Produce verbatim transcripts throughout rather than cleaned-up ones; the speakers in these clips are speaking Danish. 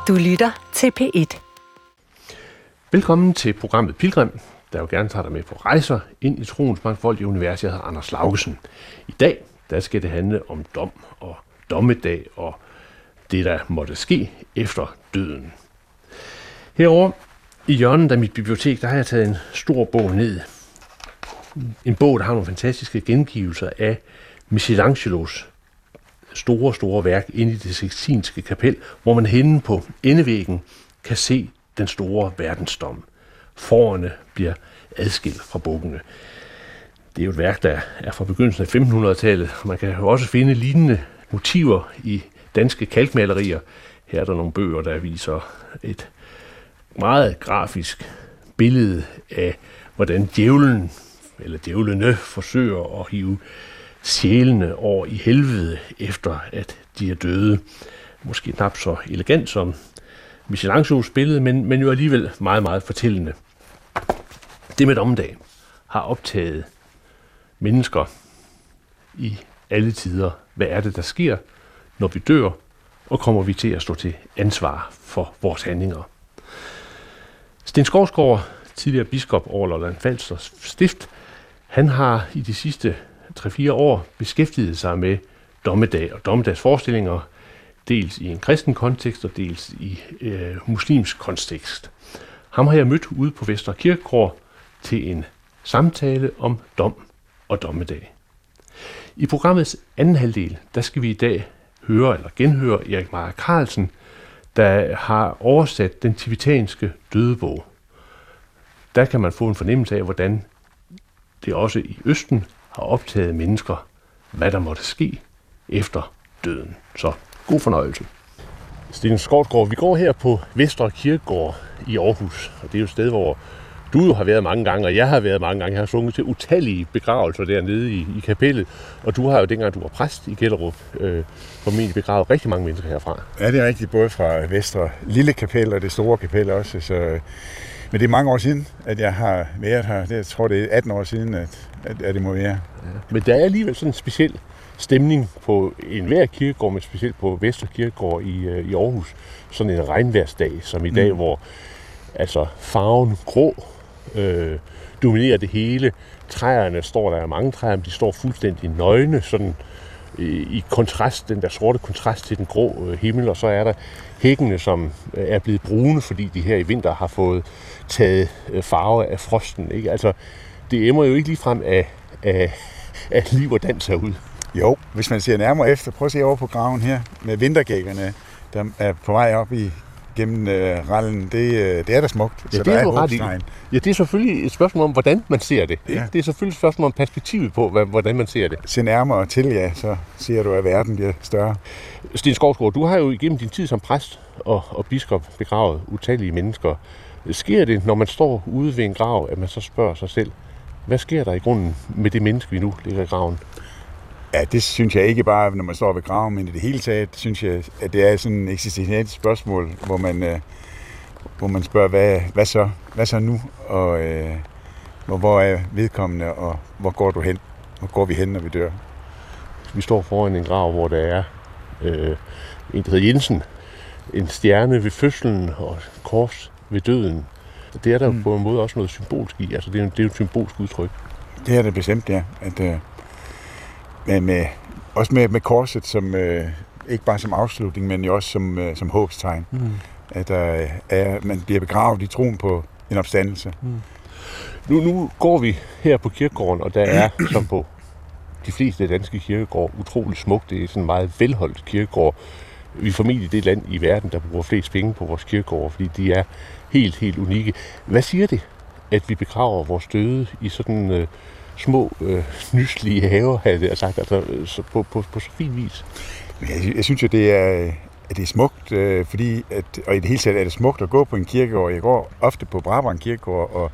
Du lytter til P et. Velkommen til programmet Pilgrim, der jo gerne tager dig med på rejser ind i troens mangfoldige univers. Jeg hedder Anders Laugesen. I dag der skal det handle om dom og dommedag og det, der måtte ske efter døden. Herovre i hjørnet af mit bibliotek, der har jeg taget en stor bog ned. En bog, der har nogle fantastiske gengivelser af Michelangelos store, store værk inde i det Sixtinske kapel, hvor man henne på endevæggen kan se den store verdensdom. Forerne bliver adskilt fra bukkene. Det er jo et værk, der er fra begyndelsen af femtenhundredetallet. Man kan jo også finde lignende motiver i danske kalkmalerier. Her er der nogle bøger, der viser et meget grafisk billede af, hvordan djævlen, eller djævlene, forsøger at hive sjælene over i helvede, efter at de er døde. Måske knap så elegant som Michelangelos billede, men, men jo alligevel meget, meget fortællende. Det med dommedag har optaget mennesker i alle tider. Hvad er det, der sker, når vi dør, og kommer vi til at stå til ansvar for vores handlinger? Sten Skovsgaard, tidligere biskop over Lolland-Falster Stift, han har i de sidste tre fire år beskæftiget sig med dommedag og dommedagsforestillinger, dels i en kristen kontekst og dels i øh, muslimsk kontekst. Ham har jeg mødt ude på Vestre Kirkegård til en samtale om dom og dommedag. I programmets anden halvdel, der skal vi i dag høre eller genhøre Erik Meier Carlsen, der har oversat den tibetanske dødebog. Der kan man få en fornemmelse af, hvordan det også i Østen har optaget mennesker, hvad der måtte ske efter døden. Så god fornøjelse. Sten Skovsgaard, vi går her på Vestre Kirkegård i Aarhus, og det er jo et sted, hvor du jo har været mange gange, og jeg har været mange gange. Jeg har sunget til utallige begravelser dernede i, i kapellet, og du har jo dengang, du var præst i Gellerup, øh, formentlig begravet rigtig mange mennesker herfra. Ja, det er rigtigt, både fra Vestre Lille Kapel og det store kapel også. Så, men det er mange år siden, at jeg har været her. Det, jeg tror, det er atten år siden, at, at, at det må være. Ja. Men der er alligevel sådan en speciel stemning på enhver kirkegård, men specielt på Vestre Kirkegård i, i Aarhus. Sådan en regnværsdag, som i dag, mm. hvor altså farven grå øh, dominerer det hele. Træerne står der, mange træer, de står fuldstændig nøgne, sådan i kontrast, den der sorte kontrast til den grå himmel, og så er der hækkene, som er blevet brune, fordi de her i vinter har fået taget farve af frosten. Ikke? Altså, det emmer jo ikke ligefrem af, af, af liv og dans herude. Jo, hvis man ser nærmere efter, prøv at se over på graven her, med vintergækkerne, der er på vej op i gennem øh, rallen, det, det er da smukt. Ja, så det er, er ret i. Ja, det er selvfølgelig et spørgsmål om, hvordan man ser det. Ja. Det er selvfølgelig et spørgsmål om perspektivet på, hvordan man ser det. Se nærmere til, ja, så ser du, at verden bliver større. Sten Skovsgaard, du har jo igennem din tid som præst og, og biskop begravet utallige mennesker. Sker det, når man står ude ved en grav, at man så spørger sig selv, hvad sker der i grunden med det menneske, vi nu ligger i graven? Ja, det synes jeg ikke bare, når man står ved graven, men i det hele taget, synes jeg, at det er sådan et eksistentielt spørgsmål, hvor man, øh, hvor man spørger, hvad, hvad, så, hvad så nu, og øh, hvor, hvor er vedkommende, og hvor går du hen? Hvor går vi hen, når vi dør? Vi står foran en grav, hvor der er øh, en, der hedder Jensen, en stjerne ved fødslen og et kors ved døden. Det er der mm. på en måde også noget symbolsk i, altså det er, det er jo et symbolsk udtryk. Det er det bestemt, ja. At, øh, med, med, også med, med korset, som øh, ikke bare som afslutning, men jo også som, øh, som håbstegn. Mm. At øh, er, man bliver begravet i troen på en opstandelse. Mm. Nu, nu går vi her på kirkegården, og der er, som på de fleste danske kirkegård, utroligt smukt. Det er sådan en meget velholdt kirkegård. Vi er formentlig det land i verden, der bruger flest penge på vores kirkegård, fordi de er helt, helt unikke. Hvad siger det, at vi begraver vores døde i sådan øh, små, øh, nyslige haver, havde jeg sagt, altså så på, på, på så fin vis? Jeg, jeg synes jo, det er, at det er smukt, øh, fordi, at, og i det hele taget er det smukt at gå på en kirkegård. Jeg går ofte på Brabrand Kirkegård, og,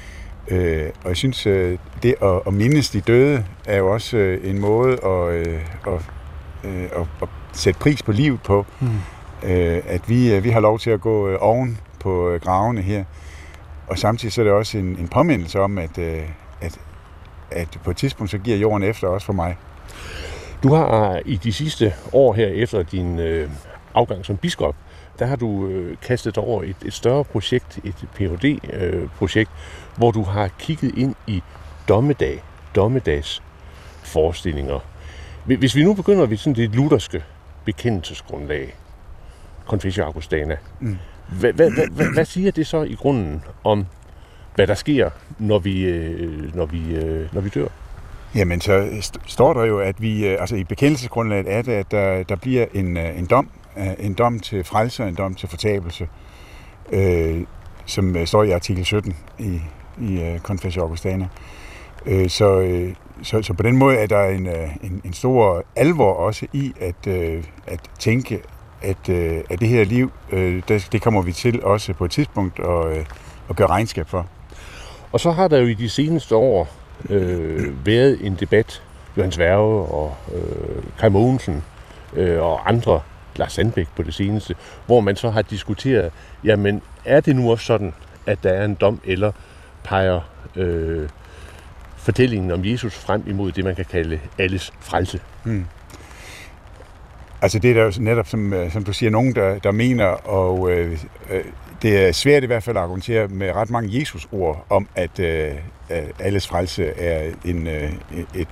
øh, og jeg synes, øh, det at, at mindes de døde er jo også øh, en måde at, øh, at, øh, at, at sætte pris på livet på. Mm. Øh, at vi, vi har lov til at gå øh, oven på øh, gravene her. Og samtidig så er det også en, en påmindelse om, at, øh, at, at på et tidspunkt så giver jorden efter også for mig. Du har i de sidste år her efter din øh, afgang som biskop, der har du øh, kastet over et, et større projekt, et P H D-projekt, øh, hvor du har kigget ind i dommedag, dommedagsforestillinger. Hvis vi nu begynder ved sådan det lutherske bekendelsesgrundlag, Confessio Augustana, mm. hvad, hvad, hvad, hvad, hvad siger det så i grunden om, hvad der sker, når vi, øh, når vi, øh, når vi dør? Jamen, så st- står der jo, at vi, øh, altså i bekendelsesgrundlaget er det, at der, der bliver en, øh, en dom, øh, en dom til frelse og en dom til fortabelse, øh, som øh, står i artikel sytten i, i øh, Confessio Augustana. Øh, så, øh, så, så på den måde er der en, øh, en, en stor alvor også i at, øh, at tænke, at, øh, at det her liv, øh, det, det kommer vi til også på et tidspunkt at, øh, at gøre regnskab for. Og så har der jo i de seneste år øh, været en debat, Johan Sværge og øh, Kai Mogensen øh, og andre, Lars Sandbæk på det seneste, hvor man så har diskuteret, jamen er det nu også sådan, at der er en dom, eller peger øh, fortællingen om Jesus frem imod det, man kan kalde alles frelse? Hmm. Altså det er der jo netop, som, som du siger, nogen, der, der mener, og øh, det er svært i hvert fald at argumentere med ret mange Jesus-ord om, at øh, alles frelse er en, øh, et,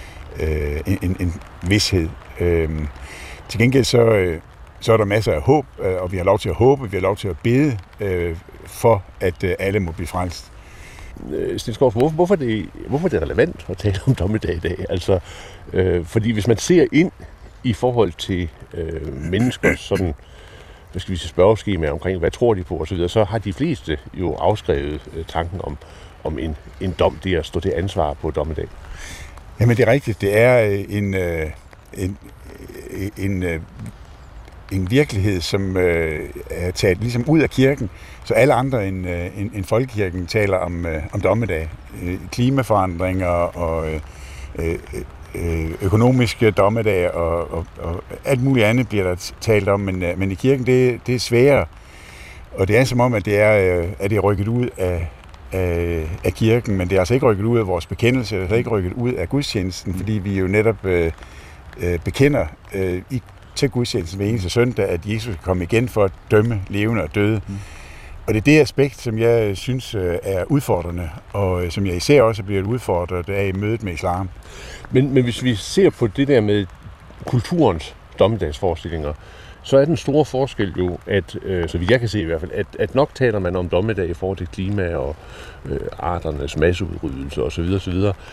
øh, en, en vished. Øh, til gengæld så, øh, så er der masser af håb, øh, og vi har lov til at håbe, vi har lov til at bede øh, for, at øh, alle må blive frelst. Sten Skovs, hvorfor, hvorfor, det, hvorfor er det relevant at tale om dommedag i dag? Altså, øh, fordi hvis man ser ind i forhold til øh, menneskers sådan, hvad skal vi sige, spørgeskema omkring, hvad tror de på osv., så har de fleste jo afskrevet øh, tanken om, om en, en dom, det at stå til ansvar på dommedag. Jamen det er rigtigt. Det er en, øh, en, en, øh, en virkelighed, som øh, er taget ligesom ud af kirken, så alle andre end, øh, end, end folkekirken taler om, øh, om dommedag. Øh, klimaforandringer og øh, øh, økonomiske dommedag og, og, og alt muligt andet bliver der talt om, men, men i kirken, det, det er sværere. Og det er som om, at det er, at det er rykket ud af, af, af kirken, men det er altså ikke rykket ud af vores bekendelse, det er ikke rykket ud af gudstjenesten, fordi vi jo netop øh, bekender øh, i, til gudstjenesten hver eneste søndag, at Jesus kom igen for at dømme levende og døde. Mm. Og det er det aspekt, som jeg synes er udfordrende, og som jeg især også bliver udfordret af i mødet med islam. Men, men hvis vi ser på det der med kulturens dommedagsforestillinger, så er den store forskel jo, at, øh, så vidt jeg kan se i hvert fald, at, at nok taler man om dommedag i forhold til klima og øh, arternes masseudryddelse osv. osv.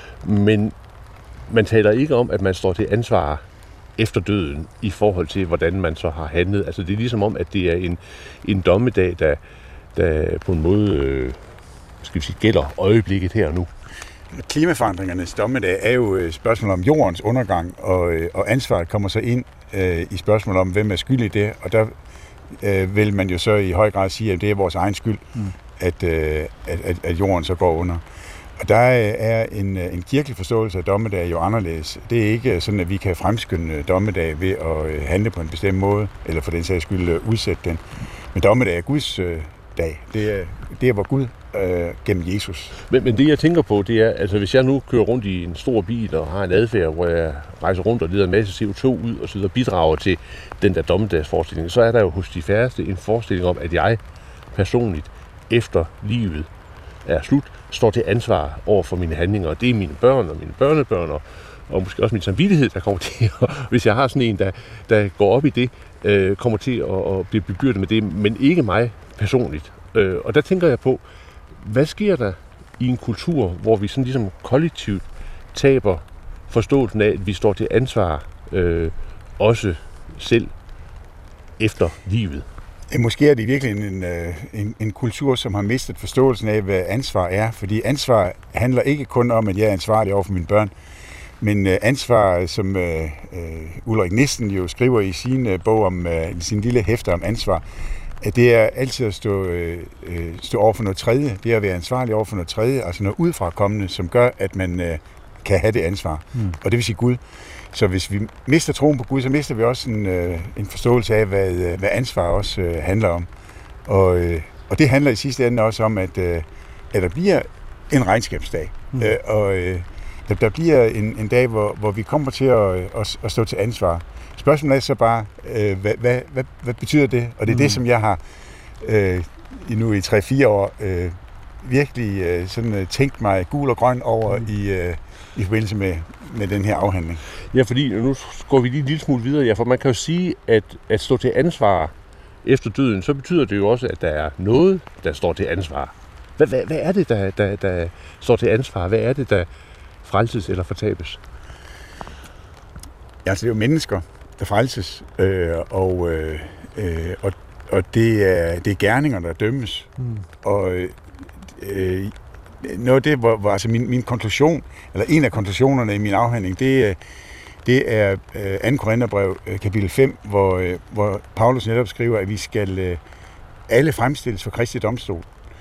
Men man taler ikke om, at man står til ansvar efter døden i forhold til, hvordan man så har handlet. Altså det er ligesom om, at det er en, en dommedag, der, der på en måde øh, skal vi sige, gælder øjeblikket her og nu. Klimaforandringernes dommedag er jo et spørgsmål om jordens undergang, og, og ansvaret kommer så ind øh, i spørgsmål om, hvem er skyld i det, og der øh, vil man jo så i høj grad sige, at det er vores egen skyld, mm. at, øh, at, at jorden så går under. Og der er en, en kirkelig forståelse af dommedag jo anderledes. Det er ikke sådan, at vi kan fremskynde dommedag ved at handle på en bestemt måde, eller for den sags skyld udsætte den. Men dommedag er Guds øh, dag. Det er, det er hvor Gud øh, gennem Jesus. Men, men det jeg tænker på, det er, altså hvis jeg nu kører rundt i en stor bil og har en adfærd, hvor jeg rejser rundt og leder en masse C O to ud og så videre, bidrager til den der dommedagsforestilling, så er der jo hos de færreste en forestilling om, at jeg personligt efter livet er slut, står til ansvar over for mine handlinger. Det er mine børn og mine børnebørn og, og måske også min samvittighed, der kommer til, og hvis jeg har sådan en, der, der går op i det, øh, kommer til at, at blive bebyrdet med det, men ikke mig personligt. Øh, og der tænker jeg på, hvad sker der i en kultur, hvor vi sådan ligesom kollektivt taber forståelsen af, at vi står til ansvar øh, også selv efter livet? Måske er det virkelig en, en, en kultur, som har mistet forståelsen af, hvad ansvar er. Fordi ansvar handler ikke kun om, at jeg er ansvarlig over for mine børn, men ansvar, som uh, Ulrik Nissen jo skriver i sin uh, bog om uh, sin lille hæfter om ansvar, at det er altid at stå, uh, stå over for noget tredje. Det er at være ansvarlig over for noget tredje, altså noget udefrakommende, som gør, at man uh, kan have det ansvar. Mm. Og det vil sige Gud. Så hvis vi mister troen på Gud, så mister vi også en, øh, en forståelse af, hvad, hvad ansvar også øh, handler om. Og, øh, og det handler i sidste ende også om, at, øh, at der bliver en regnskabsdag. Mm. Øh, og øh, der, der bliver en, en dag, hvor, hvor vi kommer til at, at, at stå til ansvar. Spørgsmålet er så bare, øh, hvad, hvad, hvad, hvad betyder det? Og det er mm. det, som jeg har øh, nu i tre fire år øh, virkelig øh, sådan, øh, tænkt mig gul og grøn over mm. i, øh, i forbindelse med, med den her afhandling. Ja, fordi nu går vi lige en lille smule videre, ja, for man kan jo sige, at at stå til ansvar efter døden, så betyder det jo også, at der er noget, der står til ansvar. Hvad, hvad, hvad er det, der, der, der står til ansvar? Hvad er det, der frelses eller fortabes? Ja, altså det er jo mennesker, der frelses, øh, og, øh, og, og det, er, det er gerninger, der dømmes. Mm. Og øh, noget af det, hvor, hvor altså min, min konklusion, eller en af konklusionerne i min afhandling, det, det er øh, anden Korintherbrev, øh, kapitel fem, hvor, øh, hvor Paulus netop skriver, at vi skal øh, alle fremstilles for Kristi domstol.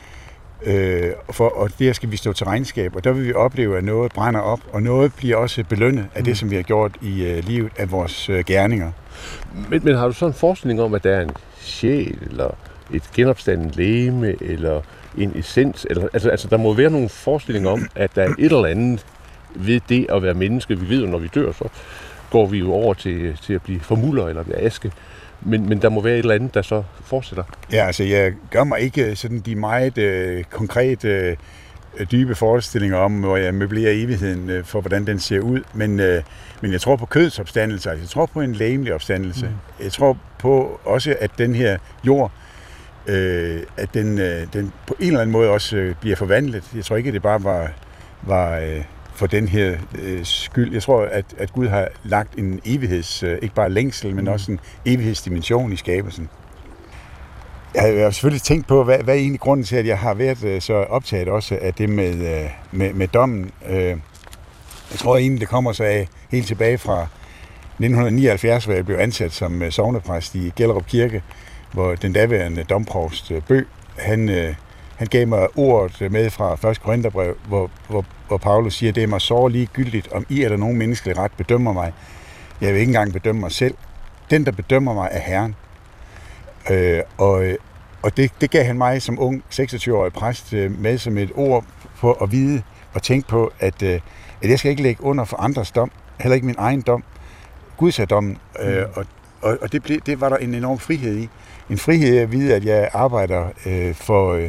Øh, for, og der skal vi stå til regnskab, og der vil vi opleve, at noget brænder op, og noget bliver også belønnet af det, som vi har gjort i øh, livet, af vores øh, gerninger. Men, men har du så en forestilling om, at der er en sjæl, eller et genopstandet legeme, eller en essens? Eller, altså, altså, der må være nogle forestillinger om, at der er et eller andet ved det at være menneske. Vi ved jo, når vi dør, så går vi jo over til, til at blive formuller eller blive aske. Men, men der må være et eller andet, der så fortsætter. Ja, altså jeg gør mig ikke sådan de meget øh, konkrete, øh, dybe forestillinger om, hvor jeg møblerer evigheden øh, for, hvordan den ser ud. Men, øh, men jeg tror på kødets opstandelse. Altså, jeg tror på en legemlig opstandelse. Mm. Jeg tror på også, at den her jord, øh, at den, øh, den på en eller anden måde også øh, bliver forvandlet. Jeg tror ikke, at det bare var... var øh, for den her øh, skyld. Jeg tror, at, at Gud har lagt en evigheds, øh, ikke bare længsel, men også en evighedsdimension i skabelsen. Jeg har, jeg har selvfølgelig tænkt på, hvad, hvad er egentlig grunden til, at jeg har været øh, så optaget også af det med, øh, med, med dommen. Øh, jeg tror egentlig, det kommer så af helt tilbage fra nitten nioghalvfjerds, hvor jeg blev ansat som øh, sognepræst i Gellerup Kirke, hvor den daværende domprovst øh, Bø, han... Øh, Han gav mig ordet med fra første Korintherbrev, hvor, hvor, hvor Paulus siger, det er mig så ligegyldigt, om I eller nogen menneskelig ret bedømmer mig. Jeg vil ikke engang bedømme mig selv. Den, der bedømmer mig, er Herren. Øh, og og det, det gav han mig som ung seksogtyve-årig præst med som et ord på at vide og tænke på, at, at jeg skal ikke lægge under for andres dom, heller ikke min egen dom. Guds er dommen. Mm. Øh, og og, og det, blev, det var der en enorm frihed i. En frihed at vide, at jeg arbejder øh, for... Øh,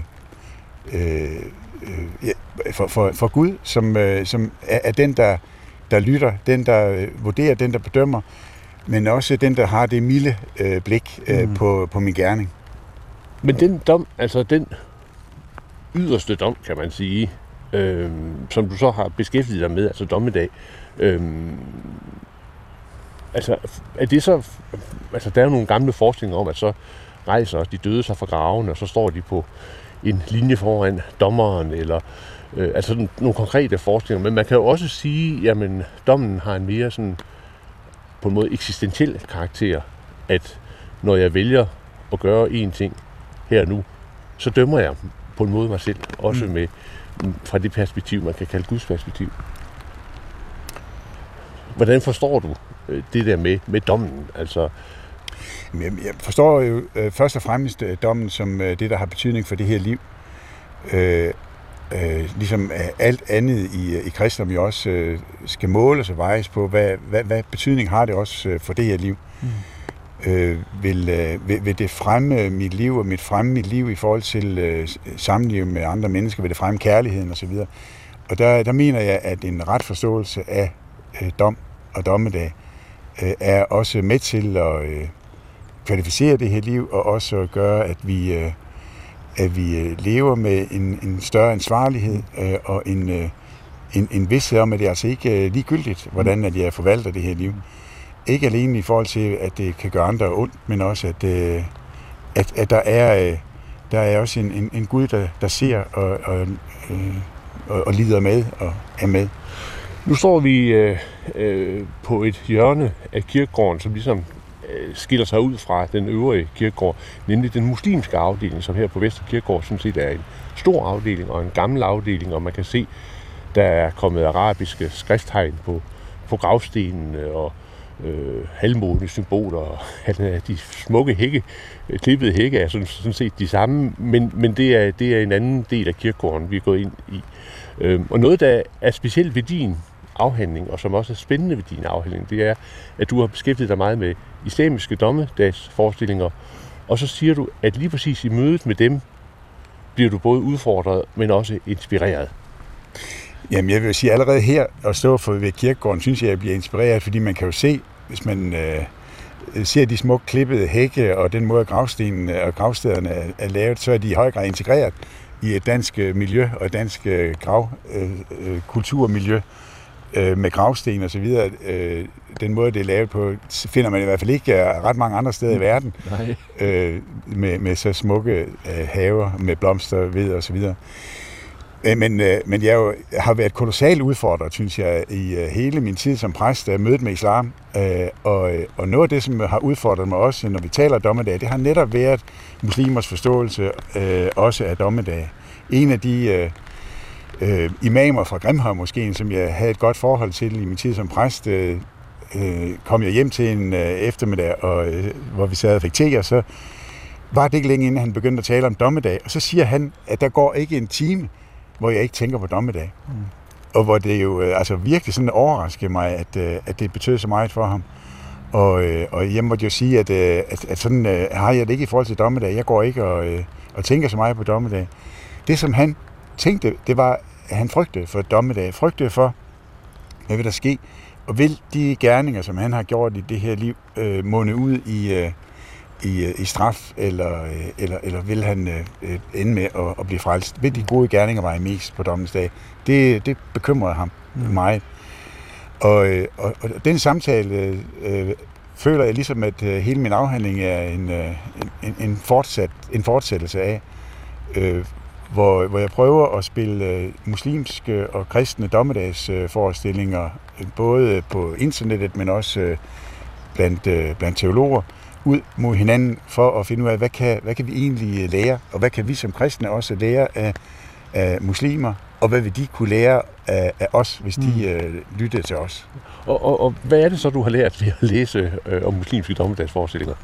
Øh, øh, for, for, for Gud, som, øh, som er, er den, der, der lytter, den, der øh, vurderer, den, der bedømmer, men også den, der har det milde øh, blik øh, mm. på, på min gerning. Men den dom, altså den yderste dom, kan man sige, øh, som du så har beskæftiget dig med, altså dommedag, øh, altså er det så, altså der er jo nogle gamle forskninger om, at så rejser de døde sig fra graven, og så står de på en linje foran dommeren, eller øh, altså sådan nogle konkrete forskninger. Men man kan jo også sige, jamen dommen har en mere sådan, på en måde eksistentiel karakter, at når jeg vælger at gøre én ting her og nu, så dømmer jeg på en måde mig selv, også mm. med fra det perspektiv, man kan kalde Guds perspektiv. Hvordan forstår du det der med, med dommen? Altså, jeg forstår jo øh, først og fremmest øh, dommen som øh, det, der har betydning for det her liv. Øh, øh, ligesom alt andet i, i kristendom jo også øh, skal måles og vejes på, hvad, hvad, hvad betydning har det også øh, for det her liv. Mm. Øh, vil, øh, vil, vil det fremme mit liv, og mit fremme mit liv i forhold til øh, samliv med andre mennesker? Vil det fremme kærligheden osv.? Og der, der mener jeg, at en ret forståelse af øh, dom og dommedag øh, er også med til at øh, kvalificere det her liv, og også gøre, at vi, øh, at vi øh, lever med en, en større ansvarlighed øh, og en, øh, en, en vidsthed om, at det er altså ikke øh, ligegyldigt, hvordan at jeg forvalter det her liv. Ikke alene i forhold til, at det kan gøre andre ondt, men også, at, øh, at, at der, er, øh, der er også en, en, en Gud, der, der ser og, og, øh, og, og lider med og er med. Nu står vi øh, øh, på et hjørne af kirkegården, som ligesom øh, skiller sig ud fra den øvrige kirkegård, nemlig den muslimske afdeling, som her på Vestre Kirkegård sådan set er en stor afdeling og en gammel afdeling, og man kan se, der er kommet arabiske skrifttegn på, på gravstenene og øh, halvmåne symboler, og de smukke hække, klippede hække er sådan, sådan set de samme, men, men det, er, det er en anden del af kirkegården, vi er gået ind i. Øh, og noget, der er specielt ved din afhandling, og som også er spændende ved din afhandling, det er, at du har beskæftiget dig meget med islamiske dommedagsforestillinger, og så siger du, at lige præcis i mødet med dem, bliver du både udfordret, men også inspireret. Jamen, jeg vil sige, allerede her at stå for ved kirkegården, synes jeg, jeg bliver inspireret, fordi man kan jo se, hvis man øh, ser de smukke klippede hække og den måde, gravstenen og gravstederne er, er lavet, så er de i høj grad integreret i et dansk miljø og et dansk gravkulturmiljø øh, øh, med gravsten og så videre. Øh, den måde, det er lavet på, finder man i hvert fald ikke ret mange andre steder i verden. Øh, med, med så smukke øh, haver med blomster, ved og så videre. Men, øh, men jeg jo har været kolossalt udfordret, synes jeg, i øh, hele min tid som præst, af mødet med islam. Øh, og, og noget af det, som har udfordret mig også, når vi taler dommedag, det har netop været muslimers forståelse øh, også af dommedag. En af de øh, øh, imamer fra Grimhøjmoskeen, som jeg havde et godt forhold til i min tid som præst, øh, øh, kom jeg hjem til en øh, eftermiddag, og, øh, hvor vi sad og fik te, og så var det ikke længe inden han begyndte at tale om dommedag. Og så siger han, at der går ikke en time, hvor jeg ikke tænker på dommedag. Mm. Og hvor det jo altså virkelig sådan overraskede mig, at, at det betød så meget for ham. Og, og jeg måtte jo sige, at, at, at sådan har jeg det ikke i forhold til dommedag. Jeg går ikke og, og tænker så meget på dommedag. Det, som han tænkte, det var, at han frygtede for dommedag. Frygtede for, hvad vil der ske? Og vil de gerninger, som han har gjort i det her liv, øh, munde ud i... I, i straf, eller, eller, eller vil han øh, ende med at, at blive frelst? Vil de gode gerninger veje mest på dommens dag? Det, det bekymrede ham mm. meget. Og, og, og den samtale øh, føler jeg ligesom, at øh, hele min afhandling er en, øh, en, en, fortsat, en fortsættelse af, øh, hvor, hvor jeg prøver at spille øh, muslimske og kristne dommedagsforestillinger, øh, både på internettet, men også øh, blandt, øh, blandt teologer, ud mod hinanden for at finde ud af, hvad kan, hvad kan vi egentlig lære, og hvad kan vi som kristne også lære af, af muslimer, og hvad vil de kunne lære af, af os, hvis de mm. øh, lytter til os. Og, og, og hvad er det så, du har lært ved at læse øh, om muslimske dommedagsforestillinger?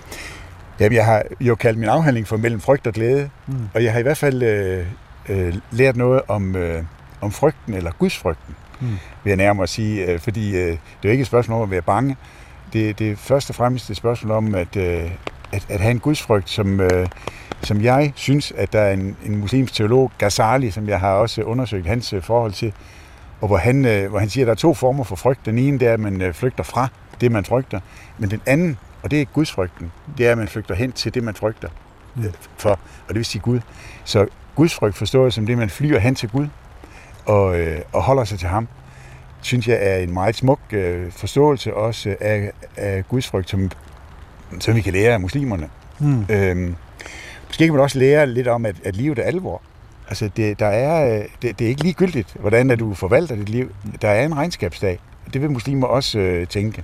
Jamen, jeg har jo kaldt min afhandling for Mellem frygt og glæde, mm. og jeg har i hvert fald øh, øh, lært noget om, øh, om frygten, eller gudsfrygten, mm. vil jeg nærmere sige, øh, fordi øh, det er jo ikke et spørgsmål om at være bange. Det, det er først og fremmest et spørgsmål om at, at, at have en gudsfrygt, som, som jeg synes, at der er en, en muslimsk teolog, Ghazali, som jeg har også undersøgt hans forhold til, og hvor han, hvor han siger, at der er to former for frygt. Den ene, det er, at man flygter fra det, man frygter, men den anden, og det er gudsfrygten, det er, at man flygter hen til det, man frygter for, og det vil sige Gud. Så gudsfrygt forstås som det, man flyr hen til Gud, og, og holder sig til ham, synes jeg er en meget smuk øh, forståelse også af, af gudsfrygt, som, som vi kan lære af muslimerne. Mm. Øhm, måske kan man også lære lidt om, at, at livet er alvor. Altså, det, der er, det, det er ikke ligegyldigt, hvordan at du forvalter dit liv. Der er en regnskabsdag. Det vil muslimer også øh, tænke.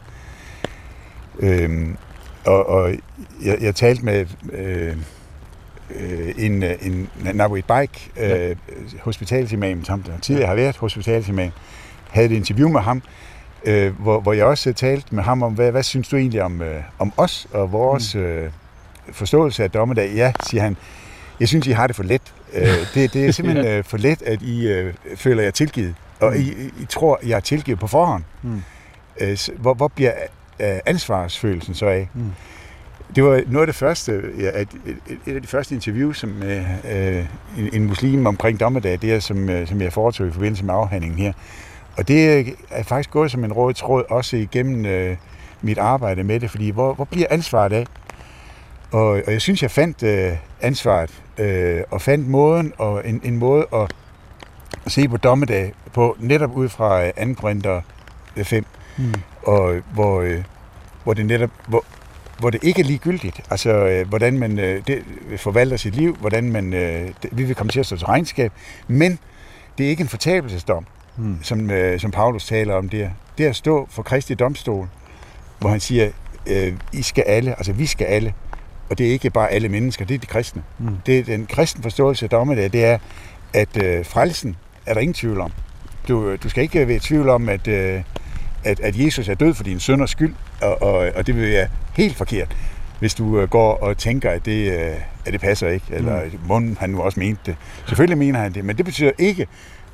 Øhm, og og jeg, jeg talte med øh, øh, en, en Nawid Baik, øh, ja. hospitalsimam, som tidligere har været hospitalsimam, havde et interview med ham, øh, hvor, hvor jeg også talte med ham om, hvad, hvad synes du egentlig om, øh, om os og vores mm. øh, forståelse af dommedag? Ja, siger han, jeg synes, I har det for let. Øh, det, det er simpelthen øh, for let, at I øh, føler jer tilgivet, og mm. I, I tror, jeg er tilgivet på forhånd. Mm. Øh, hvor, hvor bliver øh, ansvarsfølelsen så af? Mm. Det var noget af det første, ja, et, et, et af de første interviews, som øh, en, en muslim omkring dommedag, det er, som, øh, som jeg foretog i forbindelse med afhandlingen her. Og det er faktisk gået som en rød tråd også igennem øh, mit arbejde med det, fordi hvor, hvor bliver ansvaret af? Og, og jeg synes, jeg fandt øh, ansvaret, øh, og fandt måden, og en, en måde at, at se på dommedag på, netop ud fra øh, anden Korinther fem, mm. og hvor, øh, hvor det netop, hvor, hvor det ikke er ligegyldigt, altså øh, hvordan man øh, det, forvalter sit liv, hvordan man, øh, det, vi vil komme til at stå til regnskab, men det er ikke en fortabelsesdom. Hmm. Som, øh, som Paulus taler om der. Det at stå for Kristi domstol, hvor han siger, øh, I skal alle, altså vi skal alle, og det er ikke bare alle mennesker, det er de kristne. Hmm. Det er den kristne forståelse af dommedag, det er, at øh, frelsen er der ingen tvivl om. Du, du skal ikke være i tvivl om, at, øh, at, at Jesus er død for din synders skyld, og, og, og det vil være helt forkert, hvis du øh, går og tænker, at det, øh, at det passer ikke, eller hmm. må han nu også mente det. Selvfølgelig mener han det, men det betyder ikke,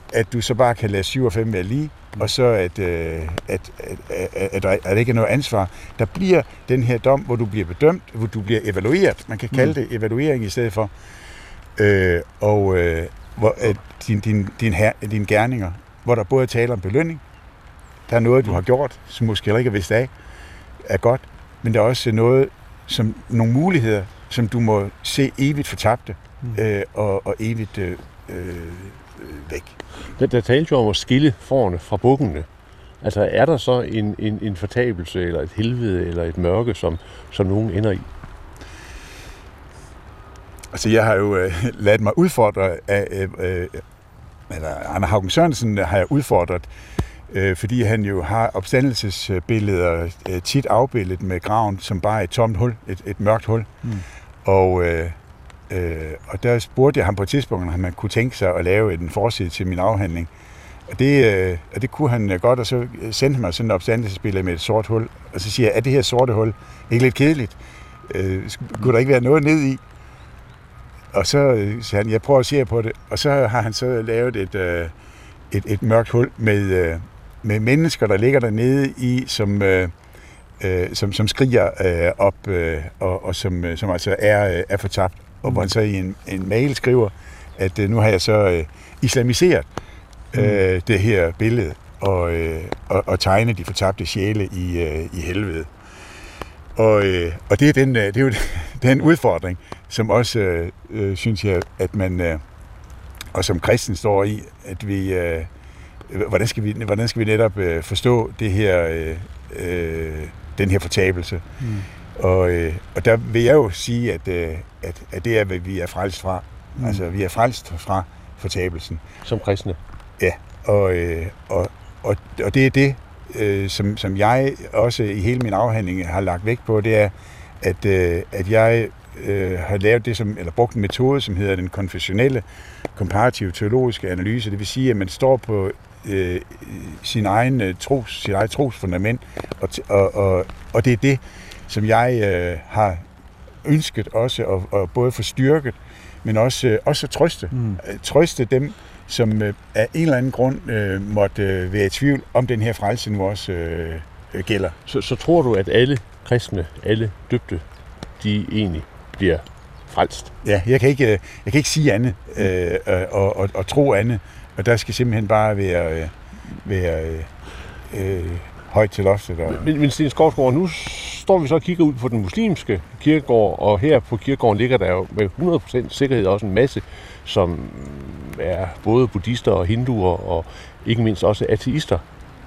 at du så bare kan lade syv og fem være lige, og så at, øh, at, at, at, at, at der ikke er noget ansvar. Der bliver den her dom, hvor du bliver bedømt, hvor du bliver evalueret. Man kan kalde det evaluering i stedet for. Øh, og øh, hvor at din, din, din, her, dine gerninger, hvor der både taler om belønning, der er noget, du har gjort, som måske heller ikke er vidst af, er godt, men der er også noget, som nogle muligheder, som du må se evigt fortabte mm. øh, og, og evigt øh, øh, væk. Der, der talte jo om at skille fårene fra bukkene. Altså er der så en, en, en fortabelse, eller et helvede, eller et mørke, som, som nogen ender i? Altså jeg har jo øh, ladet mig udfordre af, øh, øh, eller Arne Haugen Sørensen har jeg udfordret, øh, fordi han jo har opstandelsesbilleder øh, tit afbildet med graven som bare et tomt hul, et, et mørkt hul. Mm. Og, øh, øh, og der spurgte jeg ham på et tidspunkt, om man kunne tænke sig at lave en forside til min afhandling. Og det, øh, og det kunne han godt, og så sendte han mig sådan et opstandelsesbillede med et sort hul. Og så siger jeg, er det her sorte hul ikke lidt kedeligt? Øh, kunne der ikke være noget ned i? Og så øh, sagde han, jeg prøver at se på det. Og så har han så lavet et, øh, et, et mørkt hul med, øh, med mennesker, der ligger dernede i, som, øh, øh, som, som skriger øh, op, øh, og, og som, øh, som altså er, øh, er fortabt. Og hvor han så i en, en mail skriver, at øh, nu har jeg så øh, islamiseret øh, mm. det her billede, og, øh, og, og tegne de fortabte sjæle i, øh, i helvede. Og, øh, og det er den, det er jo den udfordring, som også, øh, synes jeg, at man, øh, og som kristen står i, at vi, øh, hvordan, skal vi hvordan skal vi netop øh, forstå det her, øh, øh, den her fortabelse. Mm. Og, øh, og der vil jeg jo sige, at, øh, at, at det er, hvad vi er frelst fra. Mm. Altså, vi er frelst fra fortabelsen. Som kristne? Ja, og, øh, og, og, og det er det, øh, som, som jeg også i hele min afhandling har lagt vægt på, det er, at, øh, at jeg øh, har lavet det, som, eller brugt en metode, som hedder den konfessionelle komparative teologiske analyse. Det vil sige, at man står på øh, sin egen øh, tros, sit eget trosfundament, og, og, og, og det er det, som jeg øh, har ønsket også at, at både få styrket, men også, øh, også at trøste. Mm. Trøste dem, som øh, af en eller anden grund øh, måtte øh, være i tvivl om den her frelse nu også øh, øh, gælder. Så, så tror du, at alle kristne, alle døbte, de egentlig bliver frelst? Ja, jeg kan ikke, jeg kan ikke sige andet øh, og, og, og tro andet, og der skal simpelthen bare være, øh, være øh, øh, højt til loftet. Og... Men, men Sten Skovsgaard, nu står vi så og kigger ud på den muslimske kirkegård, og her på kirkegården ligger der jo med hundrede procent sikkerhed også en masse, som er både buddhister og hinduer, og ikke mindst også ateister.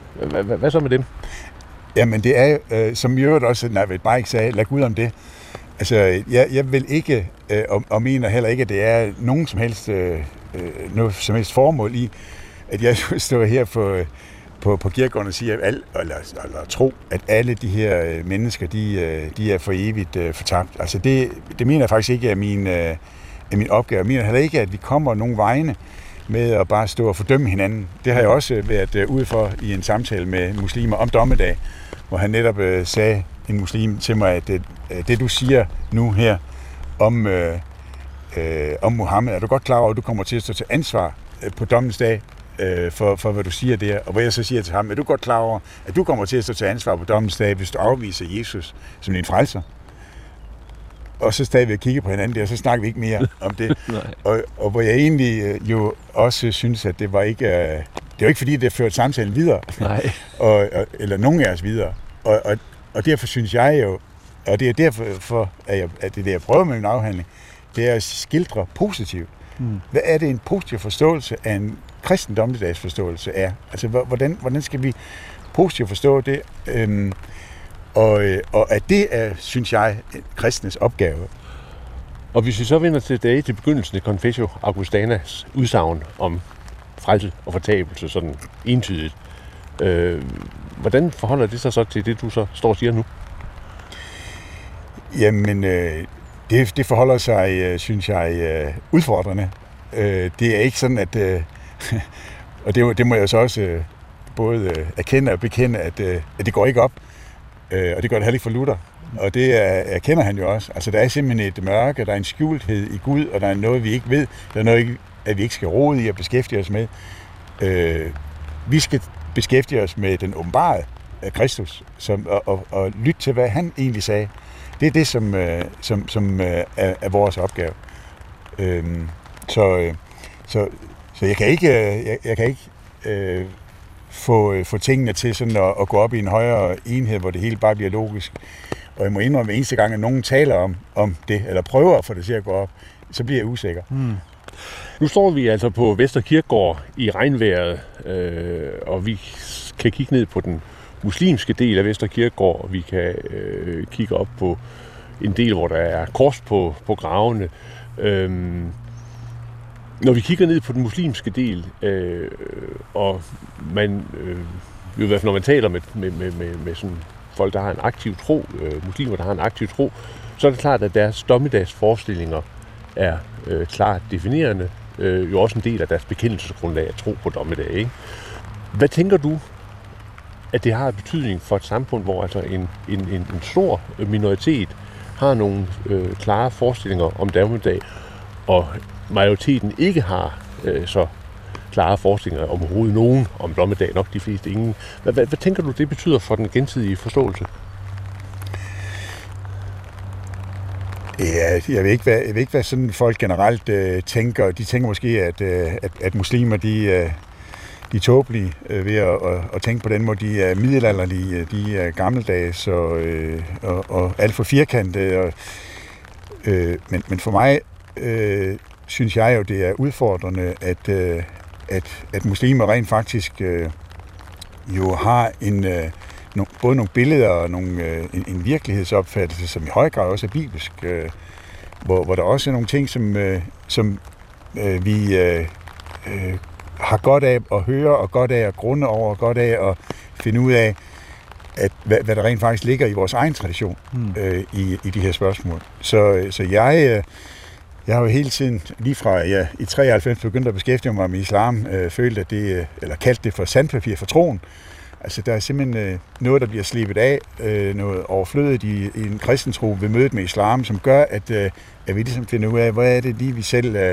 Hvad så med dem? Jamen det er øh, som i øvrigt også, nej, jeg vil bare ikke sige, lad Gud om det. Altså, jeg, jeg vil ikke, øh, og, og mener heller ikke, at det er nogen som helst, øh, noget som helst formål i, at jeg står her på, på, på kirkegården og siger, at al, eller, eller tro, at alle de her mennesker, de, de er for evigt øh, fortabt. Altså det, det mener jeg faktisk ikke er min, øh, er min opgave. Jeg mener heller ikke, at vi kommer nogen vegne med at bare stå og fordømme hinanden. Det har jeg også været øh, ude for i en samtale med muslimer om dommedag, hvor han netop øh, sagde, en muslim til mig, at det, det du siger nu her om, øh, øh, om Muhammed, er du godt klar over, at du kommer til at stå til ansvar øh, på dommens dag øh, for, for, hvad du siger der. Og hvor jeg så siger til ham, er du godt klar over, at du kommer til at stå til ansvar på dommens dag, hvis du afviser Jesus som din frelser? Og så stadigvæk kigge på hinanden der, og så snakker vi ikke mere om det. og, og hvor jeg egentlig øh, jo også synes, at det var ikke, øh, det var ikke fordi, det førte samtalen videre. Nej. og, og, eller nogen af os videre. Og, og Og derfor synes jeg jo, og det er derfor, at, jeg, at det er det, jeg prøver med min afhandling, det er at skildre positivt. Mm. Hvad er det en positiv forståelse af en kristen dommedagsforståelse er? Altså, hvordan, hvordan skal vi positivt forstå det? Øhm, og, og at det er, synes jeg, kristnes opgave. Og hvis vi så vender tilbage til begyndelsen af Confessio Augustanas udsagn om frelse og fortabelse, sådan entydigt, øh, hvordan forholder det sig så til det, du så står og siger nu? Jamen, øh, det, det forholder sig, øh, synes jeg, øh, udfordrende. Øh, det er ikke sådan, at... Øh, og det, det må jeg så også øh, både øh, erkende og bekende, at, øh, at det går ikke op. Øh, og det gør det heller ikke for Luther. Og det er, erkender han jo også. Altså, der er simpelthen et mørke, der er en skjulthed i Gud, og der er noget, vi ikke ved. Der er noget, at vi ikke skal rode i og beskæftige os med. Øh, vi skal beskæftige os med den åbenbarede af Kristus, som, og, og, og lytte til, hvad han egentlig sagde. Det er det, som, øh, som, som øh, er, er vores opgave. Øh, så, øh, så, så jeg kan ikke, øh, jeg, jeg kan ikke øh, få, øh, få tingene til sådan at, at gå op i en højere enhed, hvor det hele bare bliver logisk. Og jeg må indrømme, hver eneste gang, at nogen taler om, om det, eller prøver at få det til at gå op, så bliver jeg usikker. Hmm. Nu står vi altså på Vestre Kirkegård i regnvejret, øh, og vi kan kigge ned på den muslimske del af Vestre Kirkegård, og vi kan øh, kigge op på en del, hvor der er kors på, på gravene. Øhm, når vi kigger ned på den muslimske del, øh, og man, øh, i hvert fald når man taler med, med, med, med, med sådan folk, der har en aktiv tro, øh, muslimer, der har en aktiv tro, så er det klart, at deres dommedagsforestillinger er øh, klart definerende, øh, jo også en del af deres bekendelsesgrundlag at tro på dommedag, ikke? Hvad tænker du, at det har betydning for et samfund, hvor altså en, en, en, en stor minoritet har nogle øh, klare forestillinger om dommedag, og majoriteten ikke har øh, så klare forestillinger om overhovedet nogen om dommedag, nok de fleste ingen. Hvad, hvad, hvad tænker du, det betyder for den gensidige forståelse? Ja, jeg ved ikke, hvad, jeg ved ikke, hvad sådan folk generelt øh, tænker. De tænker måske, at, øh, at, at muslimer, de, øh, de er tåbelige øh, ved at, at, at tænke på den måde. De er middelalderlige, de er gammeldags og, øh, og, og alt for firkantede. Og, øh, men, men for mig øh, synes jeg jo, det er udfordrende, at, øh, at, at muslimer rent faktisk øh, jo har en... Øh, No, både nogle billeder og nogle, øh, en, en virkelighedsopfattelse, som i høj grad også er bibelsk, øh, hvor, hvor der også er nogle ting, som, øh, som øh, vi øh, øh, har godt af at høre, og godt af at grunde over, og godt af at finde ud af, at, hvad, hvad der rent faktisk ligger i vores egen tradition hmm. øh, i, i de her spørgsmål. Så, så jeg, øh, jeg har jo hele tiden, lige fra ja, i treoghalvfems begyndte at beskæftige mig med islam, øh, følte, at det, eller kaldte det for sandpapir for troen. Altså, der er simpelthen øh, noget, der bliver slebet af, øh, noget overflødigt i, i en kristentro ved mødet med islam, som gør, at, øh, at vi ligesom finder ud af, hvad er det lige, vi selv øh,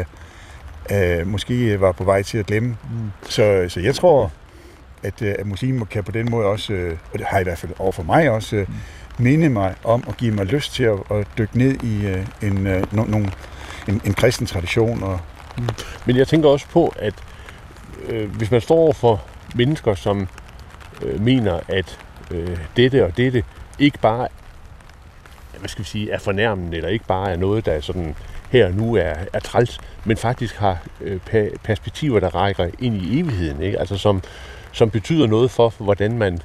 øh, måske var på vej til at glemme. Mm. Så, så jeg tror, at, øh, at muslimer kan på den måde også, øh, og det har i hvert fald over for mig også, øh, minde mig om at give mig lyst til at, at dykke ned i øh, en, øh, no, no, en, en kristen tradition. Og... Mm. Men jeg tænker også på, at øh, hvis man står over for mennesker, som mener, at øh, dette og dette ikke bare hvad skal vi sige, er fornærmende, eller ikke bare er noget, der sådan her og nu er, er træls, men faktisk har øh, perspektiver, der rækker ind i evigheden, ikke? Altså som, som betyder noget for, hvordan man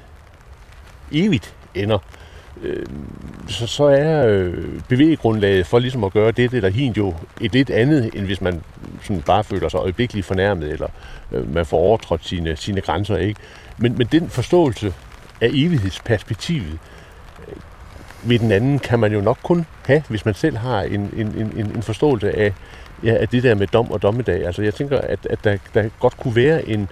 evigt ender. Øh, så, så er øh, bevægegrundlaget for ligesom at gøre dette eller hint jo et lidt andet, end hvis man sådan bare føler sig øjeblikkeligt fornærmet, eller øh, man får overtrådt sine, sine grænser, ikke? Men, men den forståelse af evighedsperspektivet øh, ved den anden kan man jo nok kun have, hvis man selv har en, en, en, en forståelse af, ja, af det der med dom og dommedag. Altså jeg tænker, at, at der, der godt kunne være en,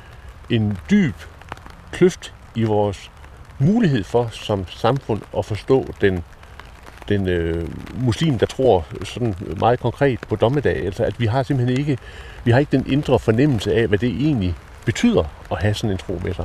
en dyb kløft i vores mulighed for som samfund at forstå den, den øh, muslim, der tror sådan meget konkret på dommedag. Altså at vi har simpelthen ikke, vi har ikke den indre fornemmelse af, hvad det egentlig betyder at have sådan en tro med sig.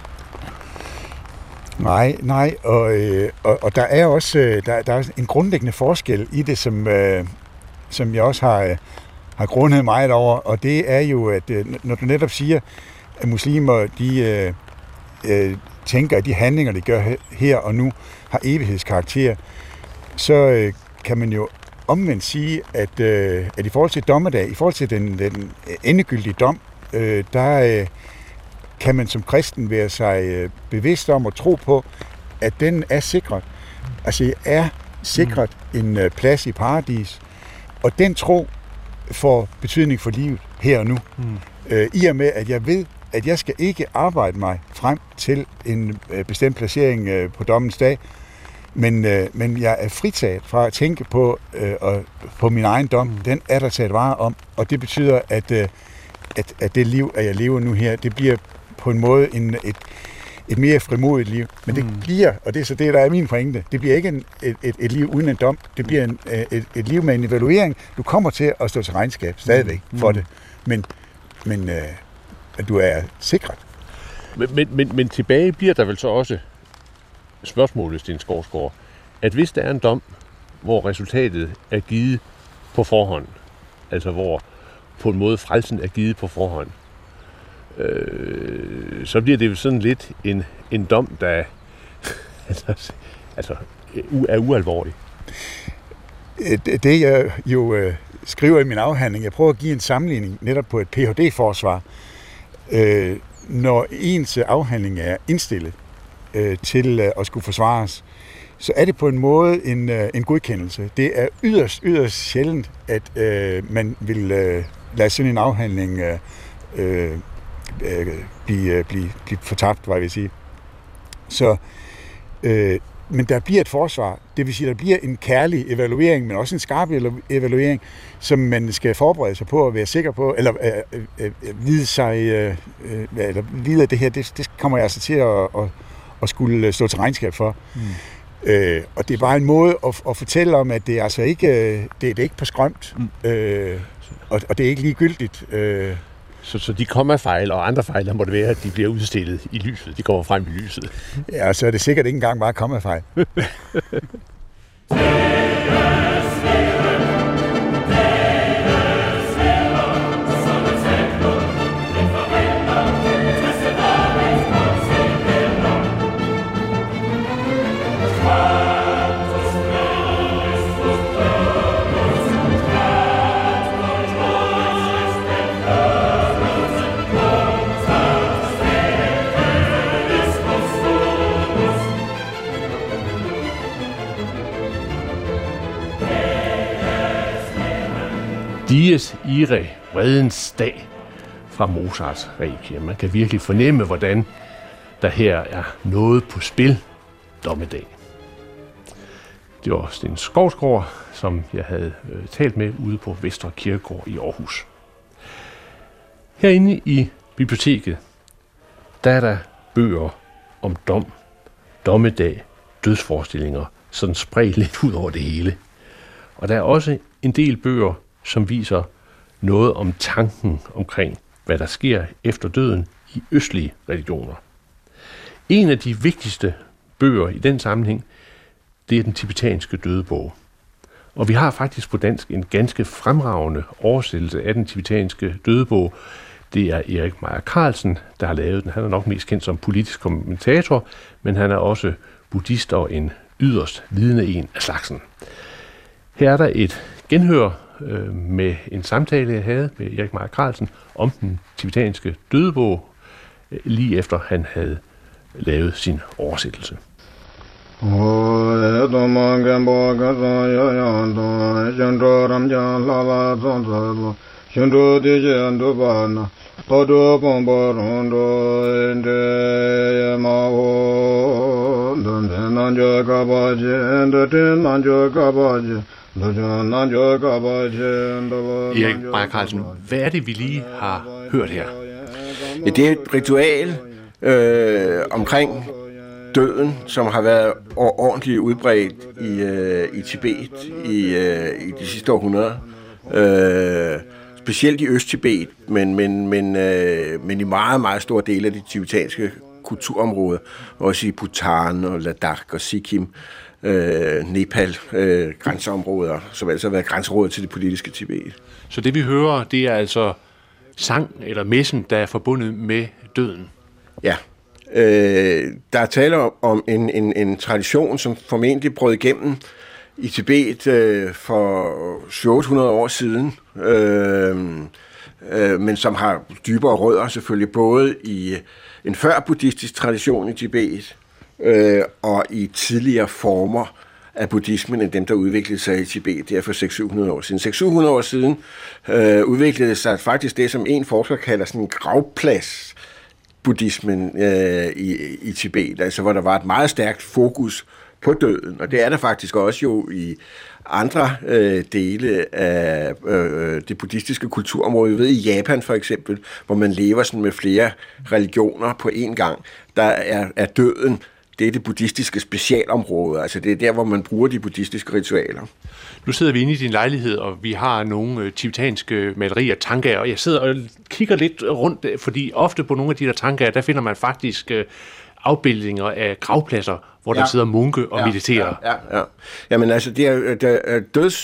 Nej, nej, og, øh, og, og der er også der, der er en grundlæggende forskel i det, som, øh, som jeg også har, øh, har grundet meget over, og det er jo, at øh, når du netop siger, at muslimer, de øh, øh, tænker, at de handlinger, de gør her og nu, har evighedskarakter, så øh, kan man jo omvendt sige, at, øh, at i forhold til dommedag, i forhold til den, den endegyldige dom, øh, der øh, kan man som kristen være sig øh, bevidst om at tro på, at den er sikret. Altså er sikret mm. en øh, plads i paradis, og den tro får betydning for livet her og nu. Mm. Øh, I og med, at jeg ved, at jeg skal ikke arbejde mig frem til en øh, bestemt placering øh, på dommens dag, men, øh, men jeg er fritaget fra at tænke på, øh, og, på min egen dom. Mm. Den er der taget vare om, og det betyder, at, øh, at, at det liv, at jeg lever nu her, det bliver på en måde en, et, et mere frimodigt liv. Men det mm. bliver, og det er så det, der er min pointe, det bliver ikke en, et, et, et liv uden en dom. Det bliver en, et, et liv med en evaluering. Du kommer til at stå til regnskab stadigvæk mm. for det. Men, men øh, at du er sikret. Men, men, men, men tilbage bliver der vel så også spørgsmålet, Sten Skovsgaard, at hvis der er en dom, hvor resultatet er givet på forhånd, altså hvor på en måde frelsen er givet på forhånd, øh, så bliver det jo sådan lidt en, en dom, der altså, altså, er ualvorlig. Det jeg jo øh, skriver i min afhandling, jeg prøver at give en sammenligning netop på et P H D-forsvar. Øh, når ens afhandling er indstillet øh, til øh, at skulle forsvares, så er det på en måde en, øh, en godkendelse. Det er yderst, yderst sjældent, at øh, man vil øh, lade sådan en afhandling øh, øh, blive, blive, blive fortabt, hvad jeg vil sige. Så, øh, men der bliver et forsvar, det vil sige, der bliver en kærlig evaluering, men også en skarp evaluering, som man skal forberede sig på og være sikker på, eller øh, øh, vide sig, øh, eller vide at det her, det, det kommer jeg altså til at, at, at skulle stå til regnskab for. Mm. Øh, og det er bare en måde at, at fortælle om, at det er altså ikke, det, det er ikke på skrømt, mm. øh, og, og det er ikke ligegyldigt. Øh. Så, så de kommafejl og andre fejl, der må det være, at de bliver udstillet i lyset. De kommer frem i lyset. Ja, så er det sikkert ikke engang bare kommafejl. Dies irae, vredens dag, fra Mozarts Requiem. Man kan virkelig fornemme, hvordan der her er noget på spil. Dommedag. Det var Sten Skovsgaard, som jeg havde øh, talt med ude på Vestre Kirkegård i Aarhus. Herinde i biblioteket, der er der bøger om dom, dommedag, dødsforestillinger, sådan spredt lidt ud over det hele. Og der er også en del bøger, som viser noget om tanken omkring, hvad der sker efter døden i østlige religioner. En af de vigtigste bøger i den sammenhæng, det er den tibetanske dødebog. Og vi har faktisk på dansk en ganske fremragende oversættelse af den tibetanske dødebog. Det er Erik Meier Carlsen, der har lavet den. Han er nok mest kendt som politisk kommentator, men han er også buddhist og en yderst vidende en af slagsen. Her er der et genhør øh, med en samtale, jeg havde med Erik Meier Carlsen om den tibetanske dødebog, øh, lige efter han havde lavet sin oversættelse. Erik Meier Carlsen, hvad er det, vi lige har hørt her? Ja, det er et ritual øh, omkring døden, som har været ordentligt udbredt i, øh, i Tibet i, øh, i de sidste århundreder. Øh, specielt i Øst-Tibet, men, men, men, øh, men i meget, meget store dele af de tibetanske kulturområder, også i Bhutan og Ladakh og Sikkim, øh, Nepal, øh, grænseområder, som altså har været grænseområder til det politiske Tibet. Så det vi hører, det er altså sang eller messen, der er forbundet med døden? Ja. Øh, der er tale om en, en, en tradition, som formentlig brød igennem i Tibet øh, for syv hundrede år siden, øh, øh, men som har dybere rødder selvfølgelig både i en før-buddhistisk tradition i Tibet øh, og i tidligere former af buddhismen end dem, der udviklede sig i Tibet der for seks til syv hundrede år siden. seks til syv hundrede år siden øh, udviklede sig faktisk det, som en forsker kalder sådan en gravplads buddhismen øh, i, i Tibet, altså hvor der var et meget stærkt fokus på døden, og det er der faktisk også jo i andre øh, dele af øh, det buddhistiske kulturområde. Vi ved i Japan for eksempel, hvor man lever sådan med flere religioner på én gang, der er, er døden det er det buddhistiske specialområde, altså det er der, hvor man bruger de buddhistiske ritualer. Nu sidder vi inde i din lejlighed, og vi har nogle tibetanske malerier, tangaer, og jeg sidder og kigger lidt rundt, fordi ofte på nogle af de der tangaer, der finder man faktisk afbildninger af gravpladser, hvor ja. der sidder munke og ja, mediterer. Ja, ja, ja. Jamen altså, det er, der er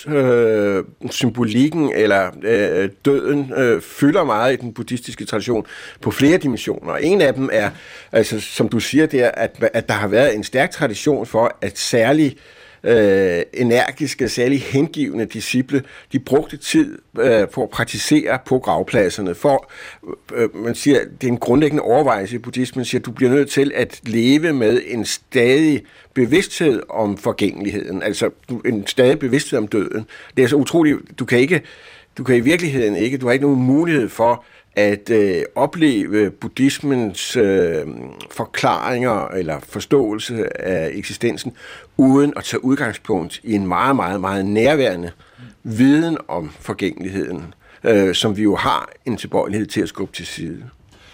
dødssymbolikken, øh, eller øh, døden, øh, fylder meget i den buddhistiske tradition på flere dimensioner. En af dem er, altså, som du siger, det er, at, at der har været en stærk tradition for, at særlig Øh, energiske, særlig hengivende disciple, de brugte tid øh, på at praktisere på gravpladserne, for, øh, man siger, det er en grundlæggende overvejelse i buddhismen, man siger, at du bliver nødt til at leve med en stadig bevidsthed om forgængeligheden, altså en stadig bevidsthed om døden. Det er så utroligt, du kan ikke, du kan i virkeligheden ikke, du har ikke nogen mulighed for at øh, opleve buddhismens øh, forklaringer eller forståelse af eksistensen, uden at tage udgangspunkt i en meget, meget, meget nærværende viden om forgængeligheden, øh, som vi jo har en tilbøjelighed til at skubbe til side.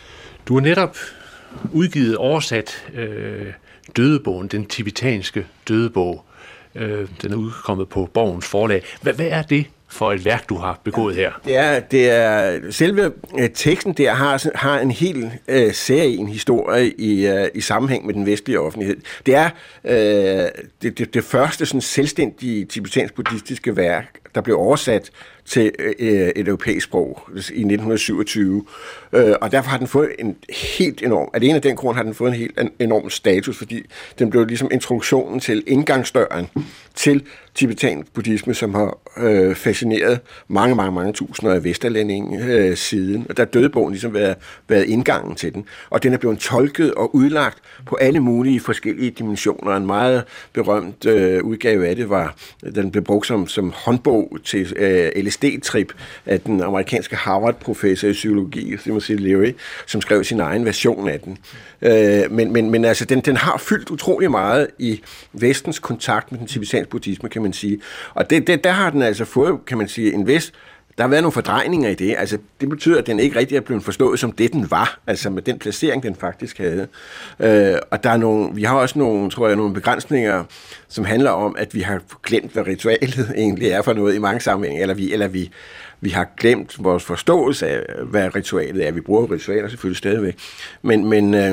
Du har netop udgivet oversat øh, dødebogen, den tibetanske dødebog. Øh, den er udkommet på Borgens Forlag. Hvad, hvad er det for et værk, du har begået her? Det er, det er selve øh, teksten der har, har en helt øh, særlig historie i, øh, i sammenhæng med den vestlige offentlighed. Det er øh, det, det, det første sådan selvstændige tibetansk-buddhistiske værk, der blev oversat til øh, et europæisk sprog i nitten syvogtyve. Øh, og derfor har den fået en helt enorm, alene af den grund har den fået en helt enorm status, fordi den blev ligesom introduktionen til indgangsdøren til tibetansk buddhisme, som har øh, fascineret mange, mange, mange tusinder af vesterlændinge øh, siden. Og der er dødebogen ligesom været, været indgangen til den. Og den er blevet tolket og udlagt på alle mulige forskellige dimensioner. En meget berømt øh, udgave af det var, den blev brugt som, som håndbog til øh, L S D-trip af den amerikanske Harvard-professor i psykologi, Timothy Leary, som skrev sin egen version af den. Øh, men, men, men altså, den, den har fyldt utrolig meget i vestens kontakt med den tibetanske buddhisme, kan man sige. Og det, det, der har den altså fået, kan man sige, en vis. Der har været nogle fordrejninger i det. Altså, det betyder, at den ikke rigtig er blevet forstået som det, den var. Altså med den placering, den faktisk havde. Øh, og der er nogle, vi har også nogle, tror jeg, nogle begrænsninger, som handler om, at vi har glemt, hvad ritualet egentlig er for noget i mange sammenhænge. Eller vi, eller vi, vi har glemt vores forståelse af, hvad ritualet er. Vi bruger ritualer selvfølgelig stadigvæk. Men, men øh,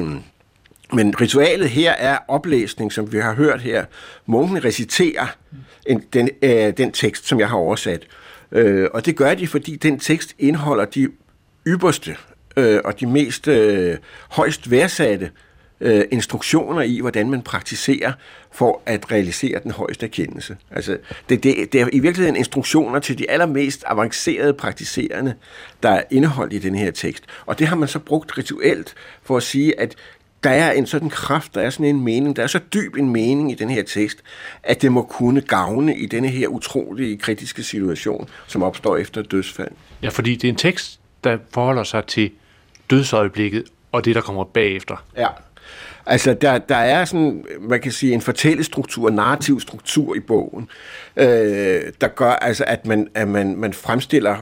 Men ritualet her er oplæsning, som vi har hørt her. Munken reciterer en, den, øh, den tekst, som jeg har oversat. Øh, og det gør de, fordi den tekst indeholder de ypperste øh, og de mest øh, højst værdsatte øh, instruktioner i, hvordan man praktiserer for at realisere den højeste erkendelse. Altså, det, det, det er i virkeligheden instruktioner til de allermest avancerede praktiserende, der er indeholdt i den her tekst. Og det har man så brugt rituelt for at sige, at der er en sådan kraft, der er sådan en mening, der er så dyb en mening i den her tekst, at det må kunne gavne i denne her utrolige kritiske situation, som opstår efter dødsfald. Ja, fordi det er en tekst, der forholder sig til dødsøjeblikket og det, der kommer bagefter. Ja. Altså, der, der er sådan, man kan sige, en fortællestruktur, en narrativ struktur i bogen, øh, der gør altså, at man, at man, man fremstiller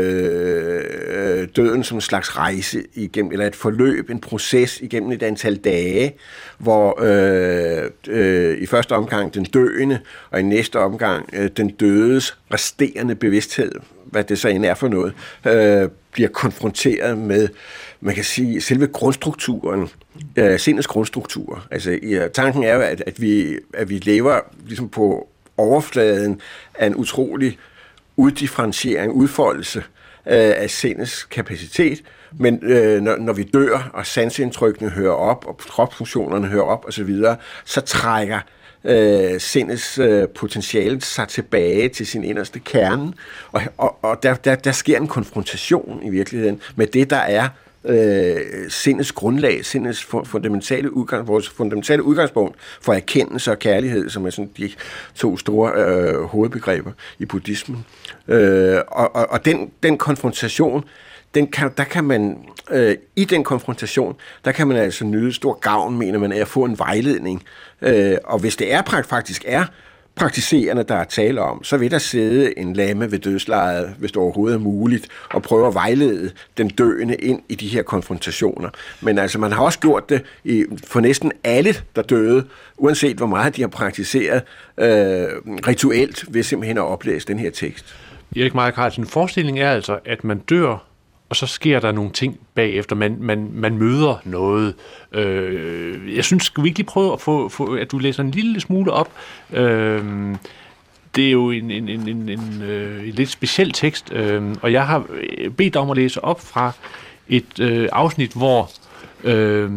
øh, døden som en slags rejse igennem, eller et forløb, en proces igennem et antal dage, hvor øh, øh, i første omgang den døende, og i næste omgang øh, den dødes resterende bevidsthed, hvad det så end er for noget, øh, bliver konfronteret med, man kan sige, selve grundstrukturen, øh, sindets grundstruktur. Altså, ja, tanken er jo, at, at, vi, at vi lever ligesom på overfladen af en utrolig uddifferentiering, udfoldelse øh, af sindets kapacitet, men øh, når, når vi dør, og sansindtrykkene hører op, og kropsfunktionerne hører op osv., så trækker Øh, sindets øh, potentiale sig tilbage til sin inderste kerne, og, og, og der, der, der sker en konfrontation i virkeligheden med det, der er øh, sindets grundlag, sindets fundamentale udgang, vores fundamentale udgangspunkt for erkendelse og kærlighed, som er sådan de to store øh, hovedbegreber i buddhismen. Øh, og og, og den, den konfrontation, Den kan, der kan man, øh, i den konfrontation, der kan man altså nyde stor gavn, mener man, af at få en vejledning. Øh, og hvis det er faktisk er praktiserende, der er tale om, så vil der sidde en lame ved dødslejet, hvis det overhovedet er muligt, og prøve at vejlede den døende ind i de her konfrontationer. Men altså, man har også gjort det i, for næsten alle, der døde, uanset hvor meget de har praktiseret øh, rituelt, ved simpelthen at oplæse den her tekst. Erik Meier Carlsen, forestillingen er altså, at man dør, og så sker der nogle ting bagefter. Man, man, man møder noget. Øh, jeg synes, skal vi ikke lige prøve at få, få, at du læser en lille smule op? Øh, det er jo en, en, en, en, en, øh, en lidt speciel tekst, øh, og jeg har bedt dig om at læse op fra et øh, afsnit, hvor øh,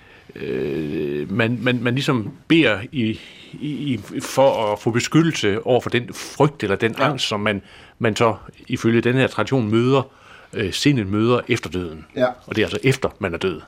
øh, man, man, man ligesom beder i, i, for at få beskyttelse over for den frygt eller den angst, som man, man så ifølge den her tradition møder, øh, sindet møder efter døden. Ja. Og det er altså efter, man er død.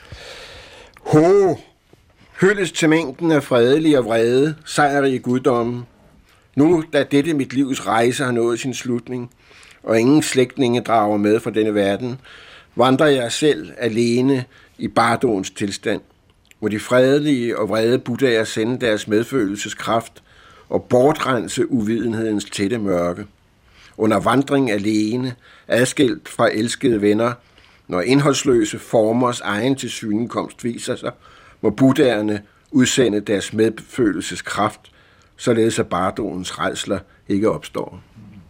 Ho! Hyldes til mængden af fredelige og vrede, sejrige guddomme. Nu, da dette mit livs rejse har nået sin slutning, og ingen slægtninge drager med fra denne verden, vandrer jeg selv alene i bardoens tilstand, hvor de fredelige og vrede buddhaer sende deres medfølelseskraft og bortrense uvidenhedens tætte mørke. Under vandring alene, adskilt fra elskede venner, når indholdsløse formers egen tilsynekomst viser sig, må buddhaerne udsende deres medfølelseskraft, således at bardoens rædsler ikke opstår.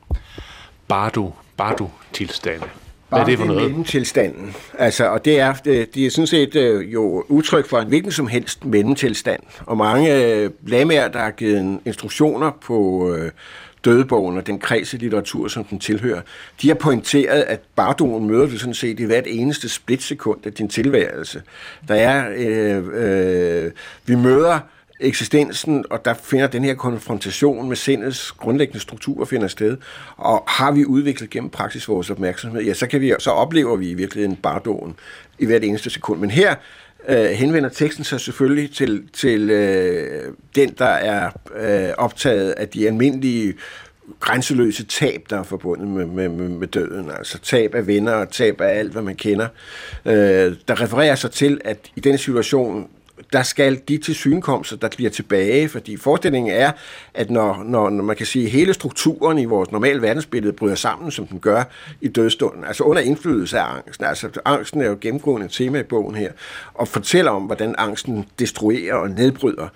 Bardo, bardo-tilstande. Hvad er det for noget? Mellemtilstanden. Altså, og det er, det, det er sådan set øh, jo udtryk for en hvilken som helst mellemtilstand. Og mange øh, lamaer, der har givet instruktioner på øh, dødebogen og den kreds af litteratur, som den tilhører, de har pointeret, at bardoen møder du sådan set i hvert eneste splitsekund af din tilværelse. Der er, øh, øh, vi møder eksistensen, og der finder den her konfrontation med sindets grundlæggende strukturer finder sted, og har vi udviklet gennem praksis vores opmærksomhed, ja, så, kan vi, så oplever vi i virkeligheden bardoen i hvert eneste sekund. Men her øh, henvender teksten sig selvfølgelig til, til øh, den, der er øh, optaget af de almindelige grænseløse tab, der er forbundet med, med, med døden, altså tab af venner og tab af alt, hvad man kender. Øh, der refererer sig til, at i den situation der skal de tilsynekomster, der bliver tilbage, fordi forestillingen er, at når, når, når man kan sige, hele strukturen i vores normale verdensbillede bryder sammen, som den gør i dødsstunden, altså under indflydelse af angsten, altså angsten er jo gennemgående tema i bogen her, og fortæller om, hvordan angsten destruerer og nedbryder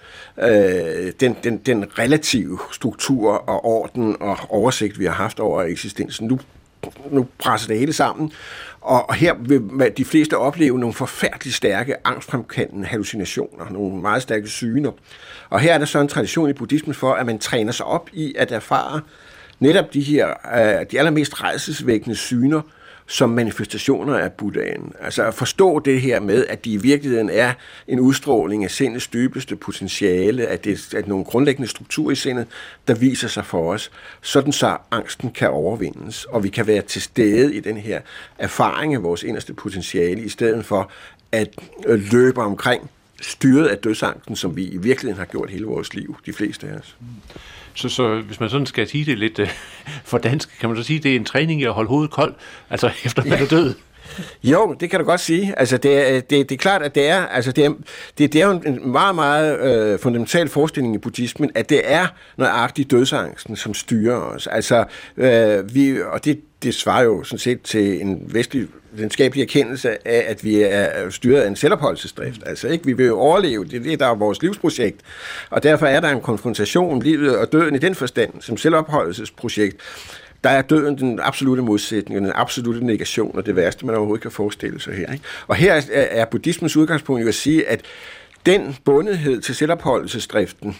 øh, den, den, den relative struktur og orden og oversigt, vi har haft over eksistensen. Nu Nu presser det hele sammen, og her vil de fleste opleve nogle forfærdeligt stærke, angstfremkaldende hallucinationer, nogle meget stærke syner. Og her er der så en tradition i buddhismen for, at man træner sig op i at erfare netop de her, de allermest rædselsvækkende syner, som manifestationer af buddhaen. Altså at forstå det her med, at de i virkeligheden er en udstråling af sindets dybeste potentiale, at det er nogle grundlæggende strukturer i sindet, der viser sig for os, sådan så angsten kan overvindes, og vi kan være til stede i den her erfaring af vores inderste potentiale, i stedet for at løbe omkring styret af dødsangsten, som vi i virkeligheden har gjort hele vores liv, de fleste af os. Så, så hvis man sådan skal sige det lidt uh, for dansk, kan man så sige, at det er en træning i at holde hovedet koldt, altså efter man er død? Jo, det kan du godt sige. Altså, det er, det, det er klart, at det er, altså, det er, det, det er jo en meget, meget øh, fundamental forestilling i buddhismen, at det er nøjagtigt dødsangsten, som styrer os. Altså, øh, vi, og det, det svarer jo sådan set til en vestlig videnskabelig erkendelse af, at vi er styret af en selvopholdelsesdrift. Altså, ikke? Vi vil jo overleve. Det er det, der er vores livsprojekt. Og derfor er der en konfrontation, livet og døden i den forstand, som selvopholdelsesprojekt. Der er døden den absolute modsætning, den absolute negation, og det værste, man overhovedet kan forestille sig her. Ikke? Og her er buddhismens udgangspunkt jo at sige, at den bundethed til selvopholdelsesdriften,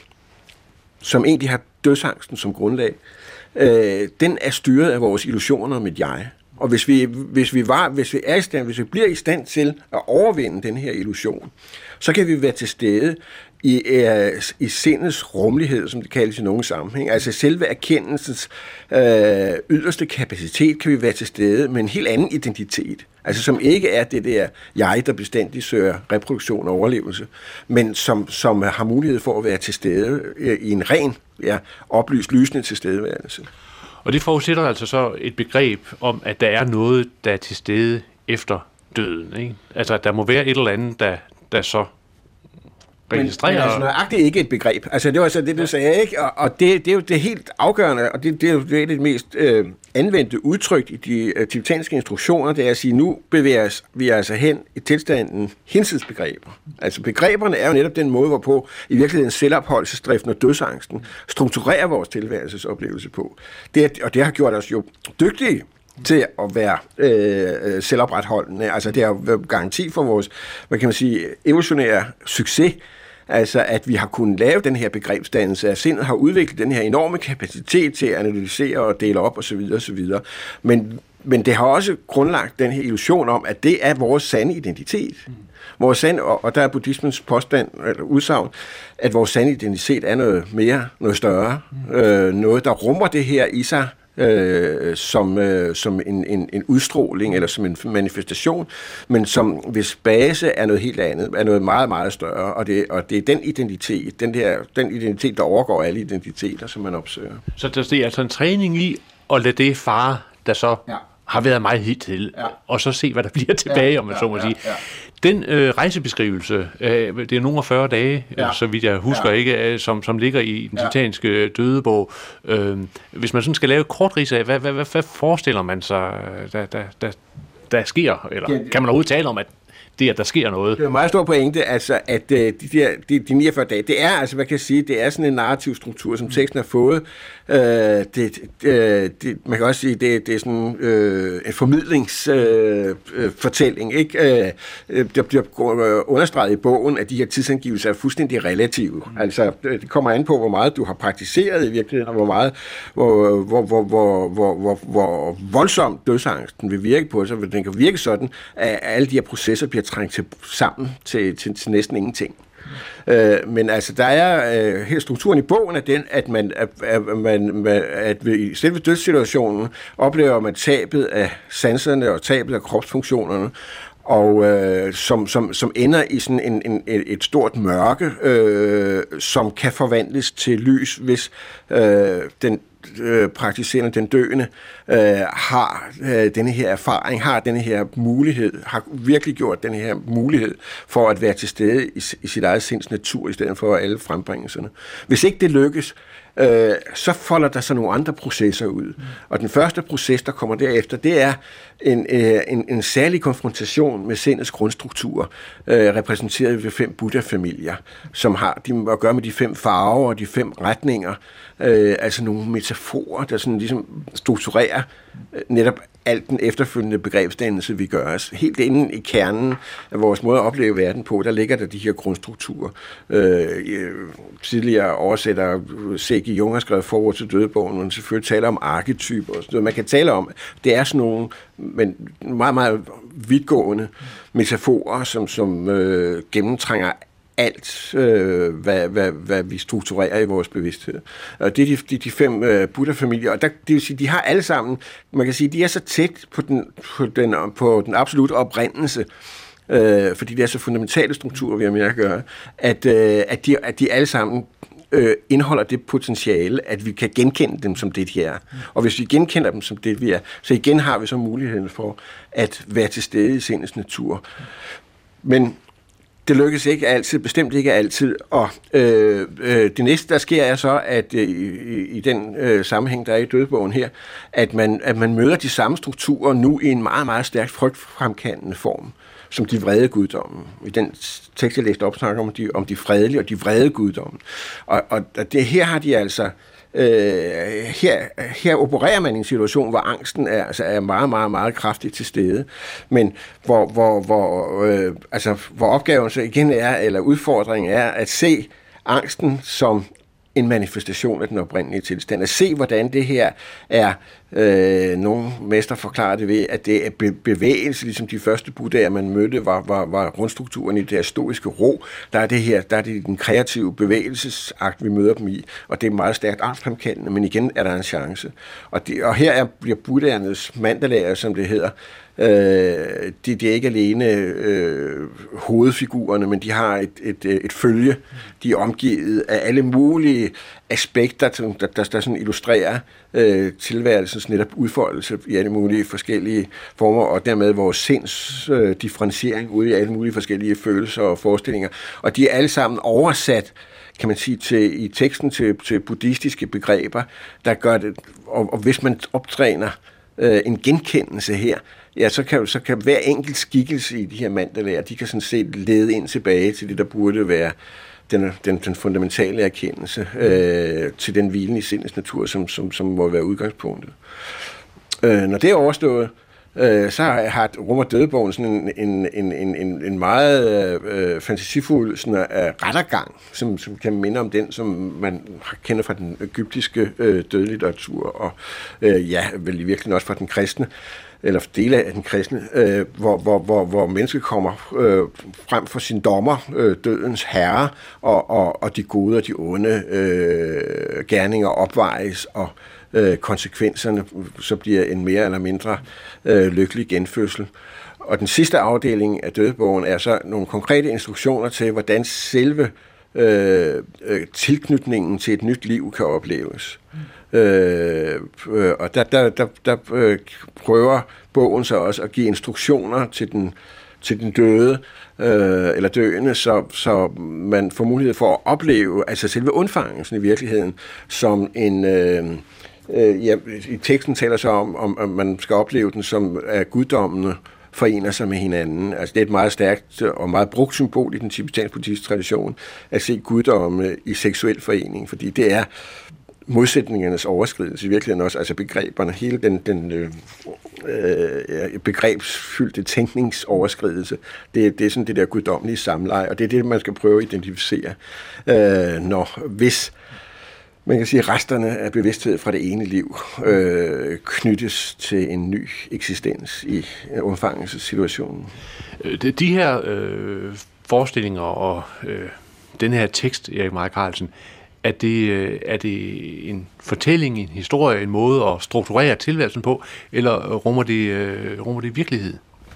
som egentlig har dødsangsten som grundlag, øh, den er styret af vores illusioner om et jeg. Og hvis vi, hvis vi, var, hvis vi er i stand, hvis vi bliver i stand til at overvinde den her illusion, så kan vi være til stede i, øh, i sindets rummelighed, som det kaldes i nogle sammenhæng. Altså selve erkendelsens øh, yderste kapacitet kan vi være til stede med en helt anden identitet. Altså som ikke er det der jeg, der bestandigt søger reproduktion og overlevelse, men som, som har mulighed for at være til stede i en ren, ja, oplyst, lysende tilstedeværelse. Og det forudsætter altså så et begreb om, at der er noget, der er til stede efter døden. Ikke? Altså, at der må være et eller andet, der, der så registrere... Men, men altså nøjagtigt ikke et begreb. Altså det var så det, du sagde, ikke? Og, og det, det er jo det helt afgørende, og det, det er jo det, er det mest øh, anvendte udtryk i de øh, tibetanske instruktioner, det er at sige, nu bevæger os, vi altså hen i tilstanden hinsidsbegreber. Altså begreberne er jo netop den måde, hvorpå i virkeligheden selvopholdelsesdriften og dødsangsten strukturerer vores tilværelsesoplevelse på. Det, og det har gjort os jo dygtige til at være øh, selvopretholdende. Altså det er jo garanti for vores, hvad kan man sige, evolutionære succes. Altså at vi har kunnet lave den her begrebsdannelse, at sindet har udviklet den her enorme kapacitet til at analysere og dele op osv. osv. Men, men det har også grundlagt den her illusion om, at det er vores sande identitet. Mm. Vores sande, og, og der er buddhismens påstand, eller udsagn, at vores sande identitet er noget mere, noget større. Mm. Øh, noget, der rummer det her i sig, Øh, som, øh, som en, en, en udstråling eller som en manifestation, men som hvis base er noget helt andet, er noget meget, meget større, og det, og det er den identitet, den, der, den identitet, der overgår alle identiteter, som man opsøger. Så det er altså en træning i at lade det fare, der så ja. har været meget hidtil, ja. og så se, hvad der bliver tilbage, ja, om man ja, så må ja, sige. Ja. Den øh, rejsebeskrivelse, øh, det er nogle af fyrre dage, ja. så vidt jeg husker, ja. ikke, som, som ligger i den tibetanske dødebog. Øh, hvis man sådan skal lave et kort rids af, hvad, hvad, hvad, hvad forestiller man sig, der, der, der, der sker? Eller kan man overhovedet tale om, at det, at der sker noget? Det er en meget stor pointe, altså, at de, der, de, de niogfyrre dage, det er, altså, hvad kan jeg sige, det er sådan en narrativ struktur, som teksten har fået. Øh, det, det, det, man kan også sige, det, det er sådan øh, en formidlingsfortælling, øh, ikke? Øh, der bliver understreget i bogen, at de her tidsangivelser er fuldstændig relative. Mm. Altså, det kommer an på, hvor meget du har praktiseret i virkeligheden, og hvor meget, hvor, hvor, hvor, hvor, hvor, hvor, hvor voldsomt dødsangsten vil virke på, så den kan virke sådan, at alle de her processer bliver trængt til, sammen til, til, til næsten ingenting. Mm. Øh, men altså, der er øh, hele strukturen i bogen af den, at man, at, at man at i selve dødssituationen oplever man tabet af sanserne og tabet af kropsfunktionerne, og øh, som, som, som ender i sådan en, en, et stort mørke, øh, som kan forvandles til lys, hvis øh, den øh, praktiserende, den døende, øh, har øh, denne her erfaring, har denne her mulighed, har virkelig gjort denne her mulighed for at være til stede i, i sit eget sinds natur, i stedet for alle frembringelserne. Hvis ikke det lykkes, øh, så folder der så nogle andre processer ud. Mm. Og den første proces, der kommer derefter, det er en, øh, en, en særlig konfrontation med sindets grundstruktur, øh, repræsenteret ved fem Buddha-familier, som har de, at gøre med de fem farver og de fem retninger, øh, altså nogle metaforer, der sådan ligesom strukturerer øh, netop alt den efterfølgende begrebsdannelse, vi gør os. Helt inde i kernen af vores måde at opleve verden på, der ligger der de her grundstrukturer. Øh, tidligere oversætter C G Jung har skrevet forord til dødebogen, hvor man selvfølgelig taler om arketyper og sådan noget. Man kan tale om, det er sådan nogle men meget, meget vidtgående metaforer, som, som øh, gennemtrænger alt, øh, hvad, hvad, hvad vi strukturerer i vores bevidsthed. Og det er de, de, de fem øh, Buddha-familier, og der, det vil sige, de har alle sammen, man kan sige, de er så tæt på den, på den, på den absolutte oprindelse, øh, fordi det er så fundamentale strukturer, vi har med at gøre, at, øh, at, de, at de alle sammen øh, indeholder det potentiale, at vi kan genkende dem som det, de er. Og hvis vi genkender dem som det, vi er, så igen har vi så muligheden for at være til stede i sindets natur. Men det lykkes ikke altid, bestemt ikke altid, og øh, øh, det næste, der sker, er så, at øh, i, i den øh, sammenhæng, der er i dødebogen her, at man, at man møder de samme strukturer nu i en meget, meget stærkt frygtfremkaldende form, som de vrede guddomme. I den tekst, jeg læste op, snakker om de, om de fredelige og de vrede guddomme. Og, og det, her har de altså Øh, her, her opererer man i en situation, hvor angsten er, altså er meget, meget, meget kraftigt til stede, men hvor, hvor, hvor, øh, altså, hvor opgaven så igen er, eller udfordringen er, at se angsten som en manifestation af den oprindelige tilstand. At se, hvordan det her er, øh, nogle mester forklarer det ved, at det er be- bevægelse, ligesom de første buddhaer, man mødte, var, var, var grundstrukturen i det her stoiske ro. Der er det her, der er det den kreative bevægelsesakt, vi møder dem i, og det er meget stærkt angstfremkaldende, men igen er der en chance. Og, det, og her er, bliver buddhaernes mandalager, som det hedder, Øh, de, de er ikke alene øh, hovedfigurerne, men de har et, et, et følge. De er omgivet af alle mulige aspekter, der, der, der sådan illustrerer øh, tilværelsens netop udfoldelse i alle mulige forskellige former, og dermed vores sinds øh, differentiering ude i alle mulige forskellige følelser og forestillinger. Og de er alle sammen oversat, kan man sige, til, i teksten til, til buddhistiske begreber, der gør det, og, og hvis man optræner øh, en genkendelse her, ja, så kan, så kan hver enkelt skikkelse i de her mandalaer, de kan sådan set lede ind tilbage til det, der burde være den, den, den fundamentale erkendelse, øh, til den hvilen i sindets natur, som, som, som må være udgangspunktet. Øh, når det er overstået, øh, så har rummer Dødebogen sådan en, en, en, en, en meget øh, fantasifuld sådan, uh, rettergang, som, som kan minde om den, som man kender fra den egyptiske øh, dødelitteratur, og øh, ja, vel i virkeligheden også fra den kristne, eller dele af den kristne, øh, hvor, hvor, hvor, hvor mennesket kommer øh, frem for sin dommer, øh, dødens herre, og, og, og de gode og de onde øh, gerninger opvejes, og øh, konsekvenserne så bliver en mere eller mindre øh, lykkelig genfødsel. Og den sidste afdeling af Dødebogen er så nogle konkrete instruktioner til, hvordan selve øh, øh, tilknytningen til et nyt liv kan opleves. Øh, øh, og der, der, der, der øh, prøver bogen så også at give instruktioner til den, til den døde, øh, eller døende, så, så man får mulighed for at opleve, altså selve undfangelsen i virkeligheden, som en... Øh, øh, ja, i teksten taler så om, om, at man skal opleve den som at guddommene forener sig med hinanden. Altså det er et meget stærkt og meget brugt symbol i den tibetansk-buddhistiske tradition, at se guddomme i seksuel forening, fordi det er modsætningernes overskridelse i virkeligheden også, altså begreberne, hele den, den øh, øh, begrebsfyldte tænkningsoverskridelse, det, det er sådan det der guddommelige samleje, og det er det, man skal prøve at identificere, øh, når hvis man kan sige, resterne af bevidsthed fra det ene liv øh, knyttes til en ny eksistens i undfangelsessituationen. De, de her øh, forestillinger og øh, den her tekst, Erik Meier Carlsen, er det, er det en fortælling, en historie, en måde at strukturere tilværelsen på, eller rummer det, øh, rummer det virkelighed?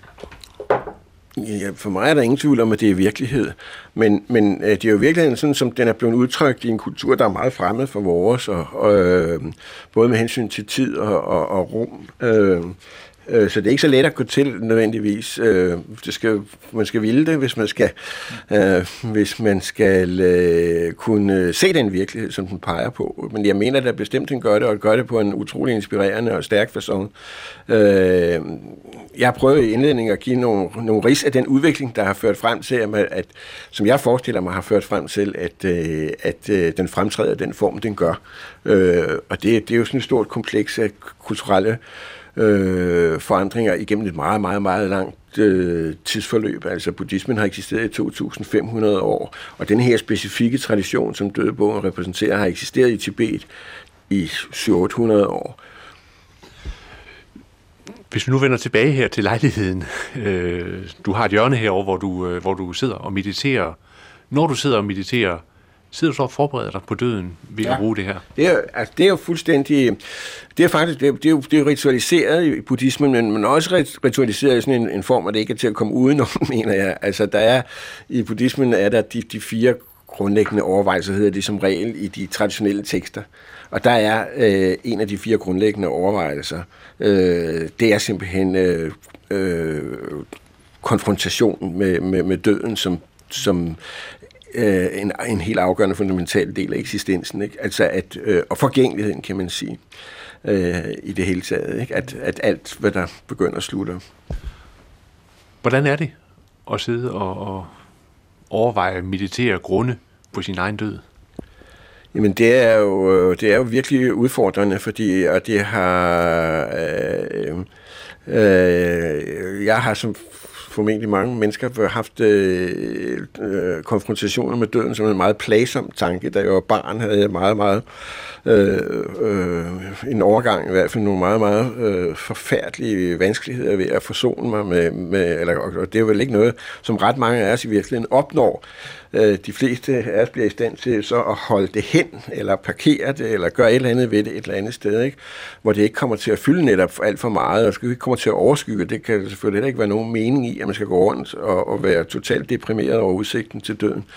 Ja, for mig er der ingen tvivl om, at det er virkelighed. Men, men det er jo virkeligheden sådan, som den er blevet udtrykt i en kultur, der er meget fremmed for vores, og, og, øh, både med hensyn til tid og, og, og rum. Øh, Så det er ikke så let at gå til nødvendigvis. Det skal, man skal ville det, hvis man skal, øh, hvis man skal øh, kunne se den virkelighed, som den peger på. Men jeg mener, at bestemt den gør det, og gør det på en utrolig inspirerende og stærk facon. Øh, jeg har prøvet i indledningen at give nogle, nogle rids af den udvikling, der har ført frem til, at, at som jeg forestiller mig, har ført frem til, at, øh, at øh, den fremtræder den form, den gør. Øh, og det, det er jo sådan et stort kompleks af kulturelle Øh, forandringer igennem et meget, meget, meget langt øh, tidsforløb. Altså buddhismen har eksisteret i to tusind fem hundrede år, og den her specifikke tradition, som Dødebogen repræsenterer, har eksisteret i Tibet i syv hundrede til otte hundrede år. Hvis vi nu vender tilbage her til lejligheden, øh, du har et hjørne herovre, hvor du, øh, hvor du sidder og mediterer. Når du sidder og mediterer, sidder du så og forbereder dig på døden ved ja. at bruge det her? Det er, altså, det er jo fuldstændig... Det er faktisk det er, det er jo, det er jo ritualiseret i buddhismen, men, men også ritualiseret i sådan en, en form, at det ikke er til at komme udenom, mener jeg. Altså, der er... I buddhismen er der de, de fire grundlæggende overvejelser, hedder det som regel, i de traditionelle tekster. Og der er øh, en af de fire grundlæggende overvejelser. Øh, det er simpelthen øh, øh, konfrontation med, med, med døden, som... som En, en helt afgørende fundamental del af eksistensen, ikke? Altså at, øh, og forgængeligheden, kan man sige, øh, i det hele taget, ikke? At, at alt, hvad der begynder, slutter. Hvordan er det at sidde og, og overveje, meditere, grunde på sin egen død? Jamen det er jo, det er jo virkelig udfordrende, fordi og det har øh, øh, jeg har som formentlig mange mennesker har haft øh, øh, konfrontationer med døden som en meget plagsom tanke. Da jeg var barn, havde jeg meget, meget øh, øh, en overgang, i hvert fald nogle meget, meget øh, forfærdelige vanskeligheder ved at forsone mig med, med eller, og det er vel ikke noget, som ret mange af os i virkeligheden opnår. Øh, de fleste af os bliver i stand til så at holde det hen, eller parkere det, eller gøre et eller andet ved det et eller andet sted, ikke? Hvor det ikke kommer til at fylde netop alt for meget, og det ikke kommer til at overskygge. Det kan selvfølgelig heller ikke være nogen mening i, at man skal gå rundt og, og være totalt deprimeret over udsigten til døden.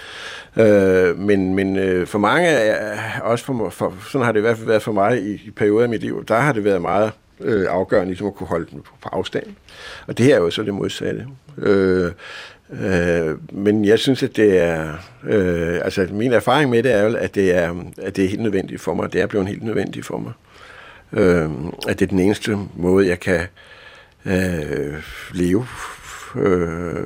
Øh, men men øh, for mange, også for, for, sådan har det i hvert fald været for mig i, i perioder af mit liv, der har det været meget øh, afgørende ligesom at kunne holde den på, på afstand. Og det her er jo så det modsatte. Øh, øh, men jeg synes, at det er... Øh, altså, min erfaring med det er jo, at det er, at det er helt nødvendigt for mig. Det er blevet helt nødvendigt for mig. Øh, at det er den eneste måde, jeg kan øh, leve øh,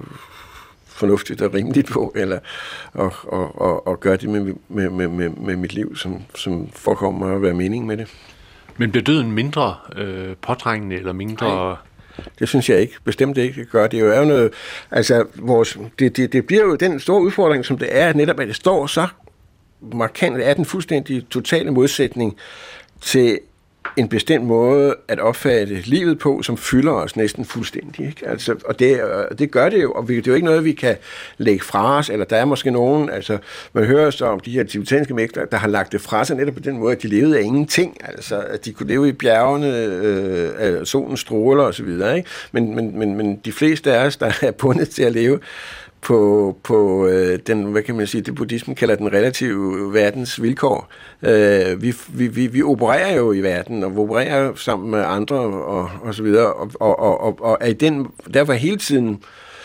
fornuftigt og rimeligt på, eller og, og, og, og gøre det med, med, med, med, med mit liv, som, som forekommer at være mening med det. Men bliver døden mindre øh, påtrængende, eller mindre... Nej. Det synes jeg ikke. Bestemt ikke. Det gør det jo er jo noget... Altså, vores, det, det, det bliver jo den store udfordring, som det er, netop at det står så markant, er den fuldstændig totale modsætning til en bestemt måde at opfatte livet på, som fylder os næsten fuldstændig. Ikke? Altså, og det, det gør det jo, og det er jo ikke noget, vi kan lægge fra os, eller der er måske nogen, altså man hører så om de her tibetanske mægler, der har lagt det fra sig netop på den måde, at de levede af ingenting, altså at de kunne leve i bjergene, øh, af solens stråler osv., ikke? Men, men, men, men de fleste af os, der er bundet til at leve på, på øh, den, hvad kan man sige, det buddhismen kalder den relative verdens vilkår. Øh, vi, vi, vi, vi opererer jo i verden, og vi opererer sammen med andre, og, og så videre, og, og, og, og er i den, derfor hele tiden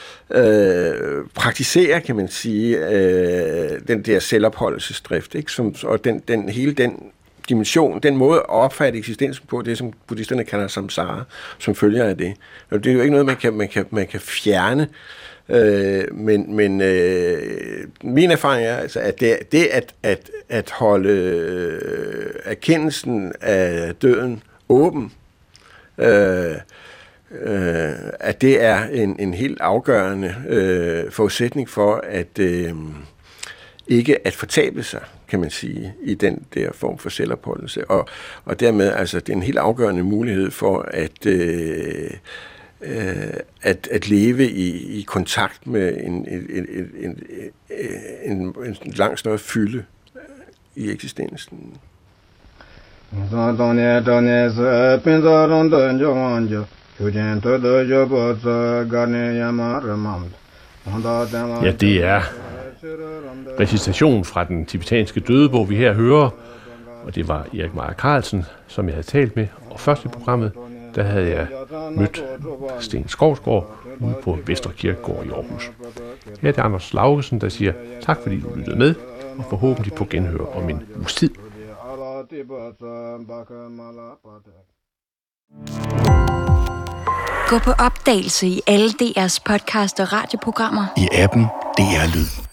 øh, praktiserer, kan man sige, øh, den der selvopholdelsesdrift, ikke? Som, og den, den, hele den dimension, den måde at opfatte eksistensen på, det som buddhisterne kalder samsara, som følger af det. Og det er jo ikke noget, man kan, man kan, man kan fjerne. Øh, men men øh, min erfaring er altså, at det, det at, at, at holde øh, erkendelsen af døden åben, øh, øh, at det er en, en helt afgørende øh, forudsætning for at øh, ikke at fortabe sig, kan man sige, i den der form for selvopholdelse. Og, og dermed altså, det er en helt afgørende mulighed for at øh, At, at leve i, i kontakt med en, en, en, en, en, en langt større fylde i eksistensen. Ja, det er recitation fra den tibetanske dødebog, vi her hører, og det var Erik Meier Carlsen, som jeg havde talt med, og først i programmet, der havde jeg mødt Sten Skovsgaard ude på Vestre Kirkegård i Aarhus. Her er det Anders Laugesen, der siger tak, fordi du lyttede med, og forhåbentlig på genhør om en uges tid. Gå på opdagelse i alle D R's podcast og radioprogrammer. I appen D R Lyd.